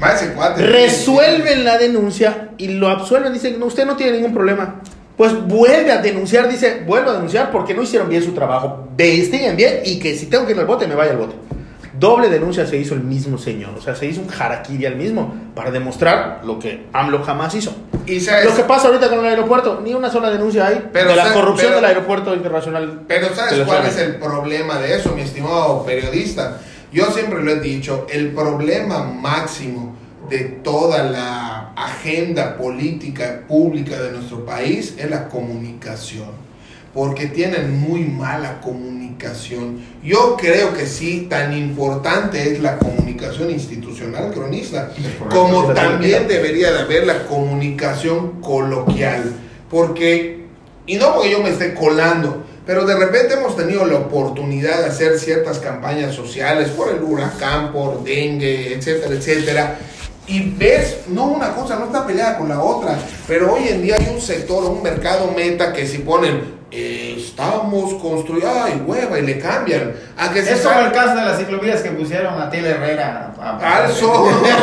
Resuelven la denuncia y lo absuelven, dicen, no, usted no tiene ningún problema. Pues vuelve a denunciar, dice, vuelvo a denunciar porque no hicieron bien su trabajo, investiguen bien y que si tengo que ir al bote, me vaya al bote. Doble denuncia se hizo el mismo señor, o sea, se hizo un harakiri al mismo para demostrar lo que AMLO jamás hizo. ¿Y lo que pasa ahorita con el aeropuerto? Ni una sola denuncia hay de la corrupción del aeropuerto internacional. Pero ¿sabes cuál es el problema de eso, mi estimado periodista? Yo siempre lo he dicho, el problema máximo de toda la agenda política pública de nuestro país es la comunicación. Porque tienen muy mala comunicación. Yo creo que sí, tan importante es la comunicación institucional, cronista, como también debería de haber la comunicación coloquial. Porque, y no porque yo me esté colando, pero de repente hemos tenido la oportunidad de hacer ciertas campañas sociales por el huracán, por dengue, etcétera, etcétera. Y ves, no una cosa, no está peleada con la otra, pero hoy en día hay un sector, un mercado meta que si ponen estamos construyendo, ay hueva, y le cambian a que es como el caso de las ciclovías que pusieron a Tila Herrera al sol. Buenas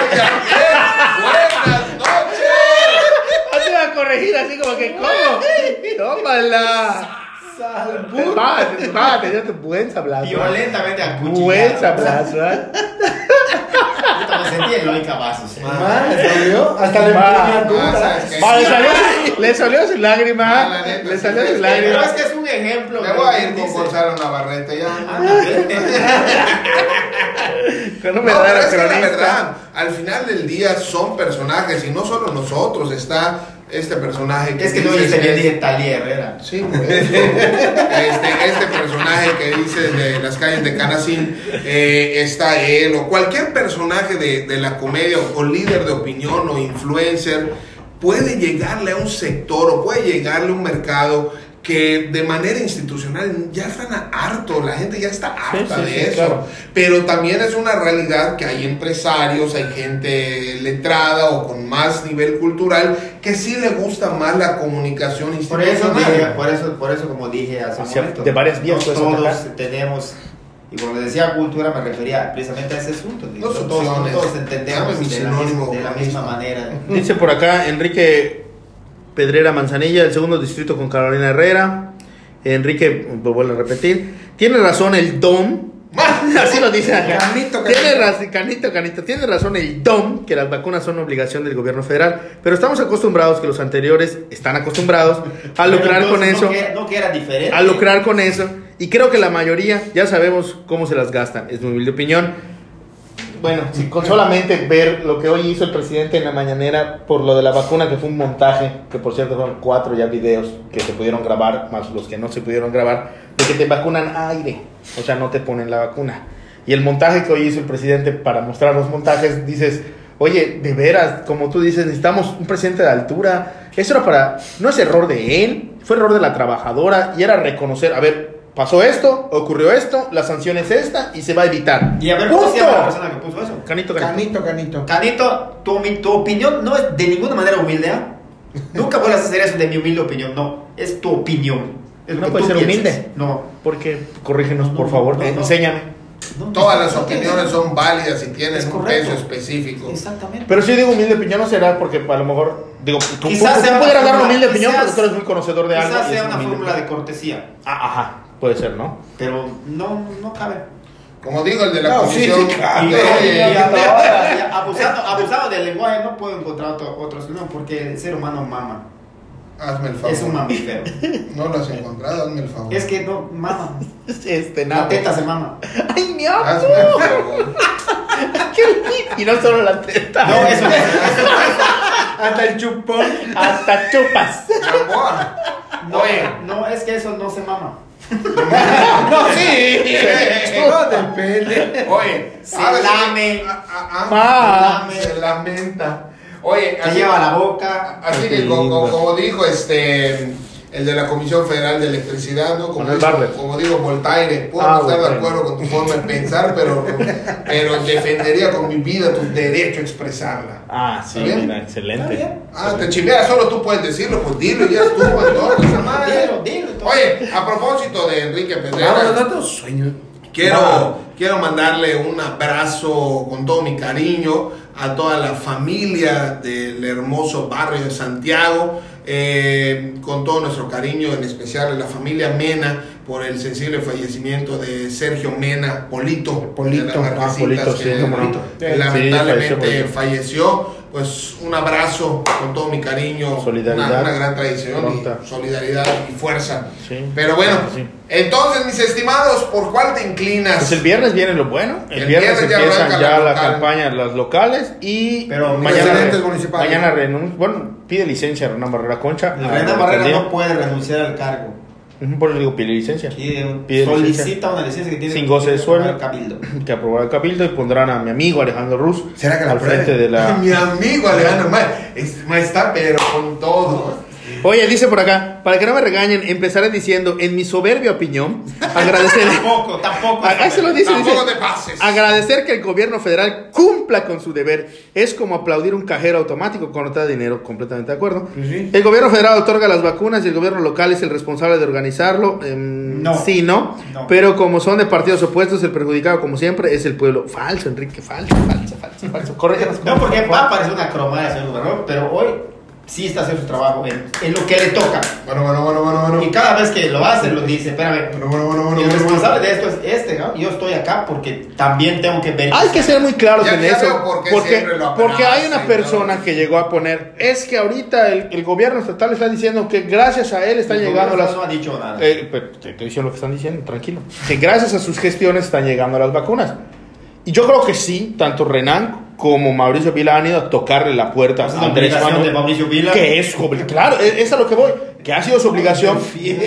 noches. No te va a corregir así como que ¿cómo? Tómala. Va, te dio tu buen sablazo. Violentamente acuchillado. Buen sablazo, Me sentí en Lóica Vasos. Hasta le salió su lágrima. Le salió su lágrima. Pero es que es un ejemplo. Me voy a ir con Gonzalo Navarrete ya. No, pero es que la verdad, al final del día son personajes y no solo nosotros, está este personaje que es que no dije Talía Herrera. Sí, este personaje que dice de las calles de Canacín, está él o cualquier personaje de la comedia o líder de opinión o influencer puede llegarle a un sector o puede llegarle a un mercado que de manera institucional ya están hartos, la gente ya está harta de eso, claro. Pero también es una realidad que hay empresarios, hay gente letrada o con más nivel cultural que sí le gusta más la comunicación institucional. Por eso como dije hace un momento, de varias vías todos tenemos, y cuando decía cultura me refería precisamente a ese asunto. Todos entendemos de la misma manera. Dice por acá Enrique Pedrera Manzanilla, el segundo distrito con Carolina Herrera. Enrique, lo vuelvo a repetir, tiene razón el DOM. Así lo dice acá. Canito. Tiene razón el DOM, que las vacunas son obligación del gobierno federal. Pero estamos acostumbrados, que los anteriores están acostumbrados a lucrar con eso. No que era diferente. A lucrar con eso. Y creo que la mayoría ya sabemos cómo se las gastan. Es mi humilde opinión. Bueno, con solamente ver lo que hoy hizo el presidente en la mañanera por lo de la vacuna, que fue un montaje, que por cierto fueron 4 ya videos que se pudieron grabar, más los que no se pudieron grabar, de que te vacunan aire, o sea, no te ponen la vacuna. Y el montaje que hoy hizo el presidente para mostrar los montajes, dices, oye, de veras, como tú dices, necesitamos un presidente de altura. Eso era para, no es error de él, fue error de la trabajadora, y era reconocer, a ver, pasó esto, ocurrió esto, la sanción es esta y se va a evitar. Y a ver, ¿cómo se llama la persona que puso eso? Canito, tu opinión no es de ninguna manera humilde, ¿eh? Nunca puedes hacer eso de mi humilde opinión, no. Es tu opinión. No puede ser humilde. No. Porque, corrígenos, por favor, enséñame. Todas las opiniones son válidas y tienen un peso específico. Exactamente. Pero si yo digo humilde opinión, no será porque a lo mejor, digo, tú pudieras dar una humilde opinión porque tú eres muy conocedor de algo. Quizás sea una fórmula de cortesía. Ajá. Puede ser, ¿no? Pero no cabe. Como digo, el de la comisión. Sí, claro. Abusado del lenguaje, no puedo encontrar otro sinónimo porque el ser humano mama. Hazme el favor. Es un mamífero. No lo has encontrado, hazme el favor. Es que no mama. Nada. La teta se mama. ¡Ay, mi amor! Hazme el favor. Y no solo la teta. No, eso es. Hasta el chupón. Hasta chupas. Mi amor. No, no, es que eso no se mama. No, sí. No, depende. Oye, Se lame. Se lamenta. Oye, Se lleva a la boca. Así que como dijo el de la Comisión Federal de Electricidad, ¿no? Como digo, Voltaire, puedo estar de acuerdo con tu forma de pensar, pero defendería con mi vida tu derecho a expresarla. Sí, mira, excelente. Te chiveas, solo tú puedes decirlo, pues dilo y ya estuvo entonces, esa madre. Dilo. Oye, a propósito de Enrique Pedrera, quiero mandarle un abrazo con todo mi cariño a toda la familia del hermoso barrio de Santiago, con todo nuestro cariño, en especial a la familia Mena, por el sensible fallecimiento de Sergio Mena, Polito, lamentablemente falleció. Pues un abrazo con todo mi cariño, solidaridad, una gran tradición, y solidaridad y fuerza. Sí. Pero bueno, entonces mis estimados, ¿por cuál te inclinas? Pues el viernes viene lo bueno. El viernes empiezan ya la campaña, las locales, y pero mañana pide licencia a Renan Barrera Concha. Renan Barrera no puede renunciar al cargo. Por eso digo, pide licencia. Solicita una licencia que tiene sin goce de sueldo, que aprobará el cabildo, y pondrán a mi amigo Alejandro Ruz al frente de la... Mi amigo Alejandro está pero con todo. Oye, dice por acá, para que no me regañen, empezaré diciendo, en mi soberbia opinión, agradecer... Tampoco. Eso lo dice, Tampoco te pases. Agradecer que el gobierno federal cumpla con su deber. Es como aplaudir un cajero automático cuando te da dinero. Completamente de acuerdo. Sí. El gobierno federal otorga las vacunas y el gobierno local es el responsable de organizarlo. No. Pero como son de partidos opuestos, el perjudicado, como siempre, es el pueblo. Falso, Enrique, falso. Corrégenos. No, porque va a parecer una cromada, señor gobernador, pero hoy sí está haciendo su trabajo en lo que le toca. Bueno. Y cada vez que lo hace, lo dice, espérame. Bueno. El responsable de esto es ¿no? Yo estoy acá porque también tengo que ver. Hay que ser muy claros en eso. Porque hay una sí, persona que llegó a poner, es que ahorita el gobierno estatal está diciendo que gracias a él están llegando las... No ha dicho nada. Pero te estoy diciendo lo que están diciendo, tranquilo. Que gracias a sus gestiones están llegando las vacunas. Y yo creo que sí, tanto Renan como Mauricio Vila han ido a tocarle la puerta a Andrés Manuel, de Mauricio Vila, que es, claro, es a lo que voy, que ha sido su obligación. Es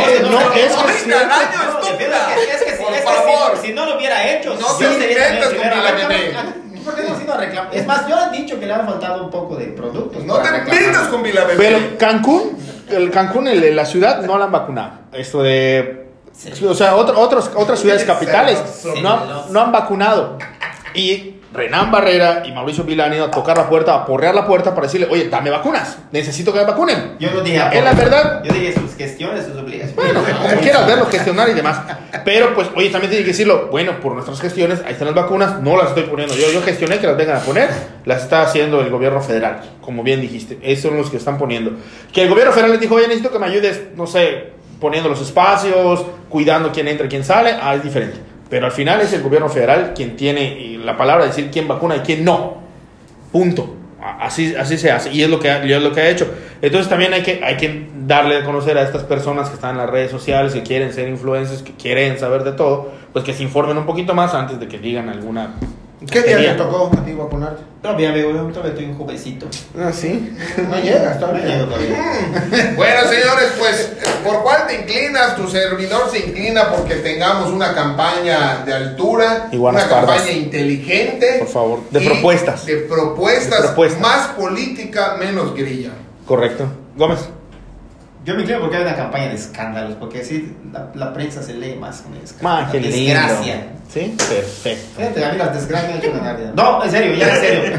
que si no lo hubiera hecho, no te metas con Vila Bebé. ¿Por qué no ha sido a reclamar? Es más, yo he dicho que le han faltado un poco de productos. No te metas con Vila Bebé. Pero Cancún, la ciudad, no la han vacunado. Esto de... Sí. O sea, otras ciudades capitales no han vacunado. Y Renan Barrera y Mauricio Vila han ido a tocar la puerta, a porrear la puerta para decirle, oye, dame vacunas, necesito que me vacunen. Yo no dije, en la verdad, yo dije sus gestiones, sus obligaciones. Bueno, como quieras verlo, gestionar y demás. Pero pues, oye, también tiene que decirlo, bueno, por nuestras gestiones, ahí están las vacunas, no las estoy poniendo yo gestioné que las vengan a poner, las está haciendo el gobierno federal, como bien dijiste, esos son los que están poniendo. Que el gobierno federal les dijo, oye, necesito que me ayudes, no sé, poniendo los espacios, cuidando quién entra y quién sale, es diferente. Pero al final es el gobierno federal quien tiene la palabra de decir quién vacuna y quién no. Punto. Así se hace. Y es lo que ha hecho. Entonces también hay que darle a conocer a estas personas que están en las redes sociales, que quieren ser influencers, que quieren saber de todo, pues que se informen un poquito más antes de que digan alguna... ¿Qué día te tocó a ti vacunarte? Todavía estoy un jovencito. ¿Sí? No llegas todavía. Bueno, señores, pues, ¿por cuál te inclinas? Tu servidor se inclina porque tengamos una campaña de altura, una campaña inteligente. Por favor, de propuestas. De propuestas. Más política, menos grilla. Correcto. Gómez. Yo me inclino porque hay una campaña de escándalos, porque así la prensa se lee más con escándalos. Más que desgracia. Sí, perfecto. Fíjate, a mí las desgracias me han hecho ganar. No, en serio, ya en serio.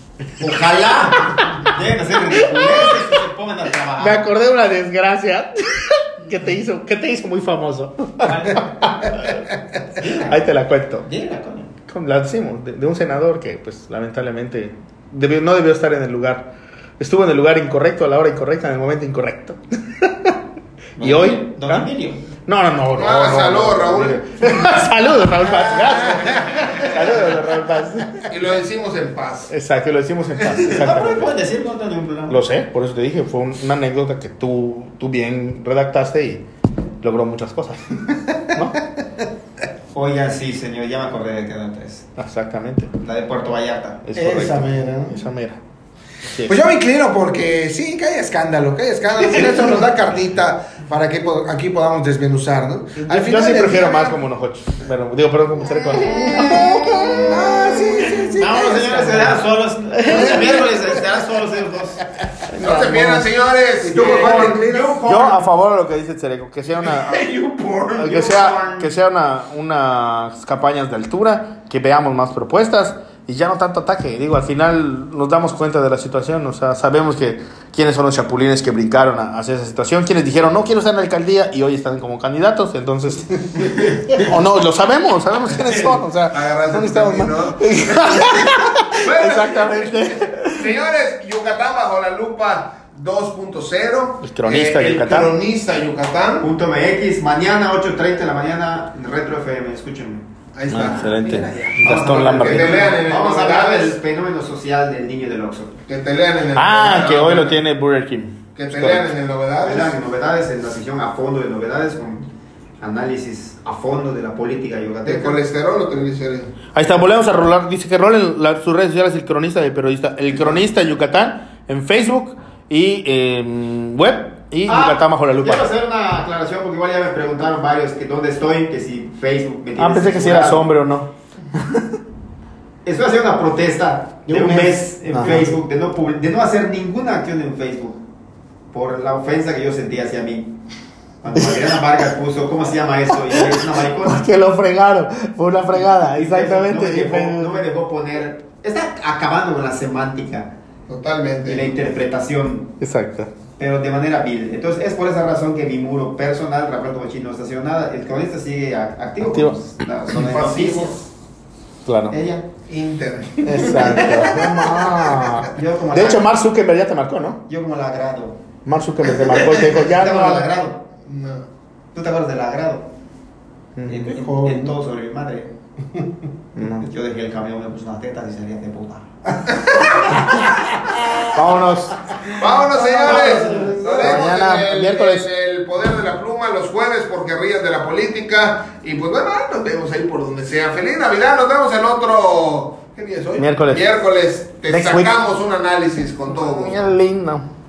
Ojalá lleguen a ser ridiculeces y se pongan a trabajar. Me acordé de una desgracia que te hizo muy famoso. Ahí te la cuento. Dila, coño. La decimos, de un senador que, pues, lamentablemente no debió estar en el lugar. Estuvo en el lugar incorrecto, a la hora incorrecta, en el momento incorrecto. Y hoy... Don Emilio. No. Saludos, Raúl. Saludos, Raúl Paz. Gracias. Saludos, Raúl Paz. Y lo decimos en paz. Exacto, lo decimos en paz. No me puedes decir, no tengo un problema. Lo sé, por eso te dije, fue una anécdota que tú bien redactaste y logró muchas cosas. ¿No? Oiga, sí, señor, ya me acordé de qué data es. Exactamente. La de Puerto Vallarta. Es correcto. Esa mera. Sí. Pues yo me inclino porque sí, que haya escándalo. Eso nos da carnita para que aquí podamos desmenuzar, ¿no? Al final yo sí prefiero más como Nojocho. Bueno, perdón, como ser con... Sí. Vámonos, señores, serán solos. El miércoles serán solos ellos dos. No se pierdan, señores. ¿Y tú por cuál te inclinas? Yo a favor de lo que dice Cereco, que sea una unas campañas de altura, que veamos más propuestas y ya no tanto ataque. Digo, al final nos damos cuenta de la situación, o sea, sabemos que quiénes son los chapulines que brincaron hacia esa situación, quienes dijeron no quiero estar en la alcaldía y hoy están como candidatos, entonces o no, lo sabemos quiénes son, o sea, no necesitamos más. Exactamente. Señores, Yucatán bajo la lupa 2.0. El cronista Yucatán. El cronista Yucatán. .mx, mañana 8:30 de la mañana, Retro FM, escúchenme. Ahí está. Excelente. Mira, Gastón Lambert. Que te lean en el Vamos a hablar del novedades. fenómeno social del niño del Oxxo. Que te lean en el Que hoy lo tiene Burger King. Que te lean en el novedades. Novedades en la sección a fondo de novedades con análisis a fondo de la política ¿De yucateca. colesterol o triglicéridos? Ahí está, volvemos a rolar. Dice que rolen sus redes sociales el cronista del periodista. El cronista Yucatán en Facebook y en web y Yucatán bajo la lupa. Quiero hacer una aclaración porque igual ya me preguntaron varios que dónde estoy, que si Facebook me tiene Pensé que si eras hombre o no. Estoy haciendo una protesta de un mes en Ajá. Facebook de no hacer ninguna acción en Facebook por la ofensa que yo sentí hacia mí. Cuando Mariana Vargas puso, ¿cómo se llama eso? Y yo dije, es una maricona. Que lo fregaron, fue una fregada, exactamente. No me dejó poner. Está acabando con la semántica y la Totalmente. interpretación, Exacto. pero de manera vil. Entonces, es por esa razón que mi muro personal, Rafael Tomochín, no está haciendo nada. El cronista sigue activo. Activo. Con la zona de noticias. Claro. Ella. Internet. Exacto. Yo como De la- hecho, Mark Zuckerberg ya te marcó, ¿no? Yo como la agrado. Mark Zuckerberg te marcó y te dijo, ya ¿Te no. acuerdas del agrado? No. ¿Tú te acuerdas del agrado? Mm. En todo sobre mi madre. No. Yo dejé el camión, me puse unas tetas y salía de puta. Vámonos. Vámonos, señores. Nos vemos Mañana, en miércoles. en el poder de la pluma los jueves porque rías de la política. Y pues bueno, nos vemos ahí por donde sea. Feliz Navidad, nos vemos el otro. ¿Qué día es hoy? Miércoles. Miércoles. Te Next week. sacamos un análisis con todo gusto. Bien lindo.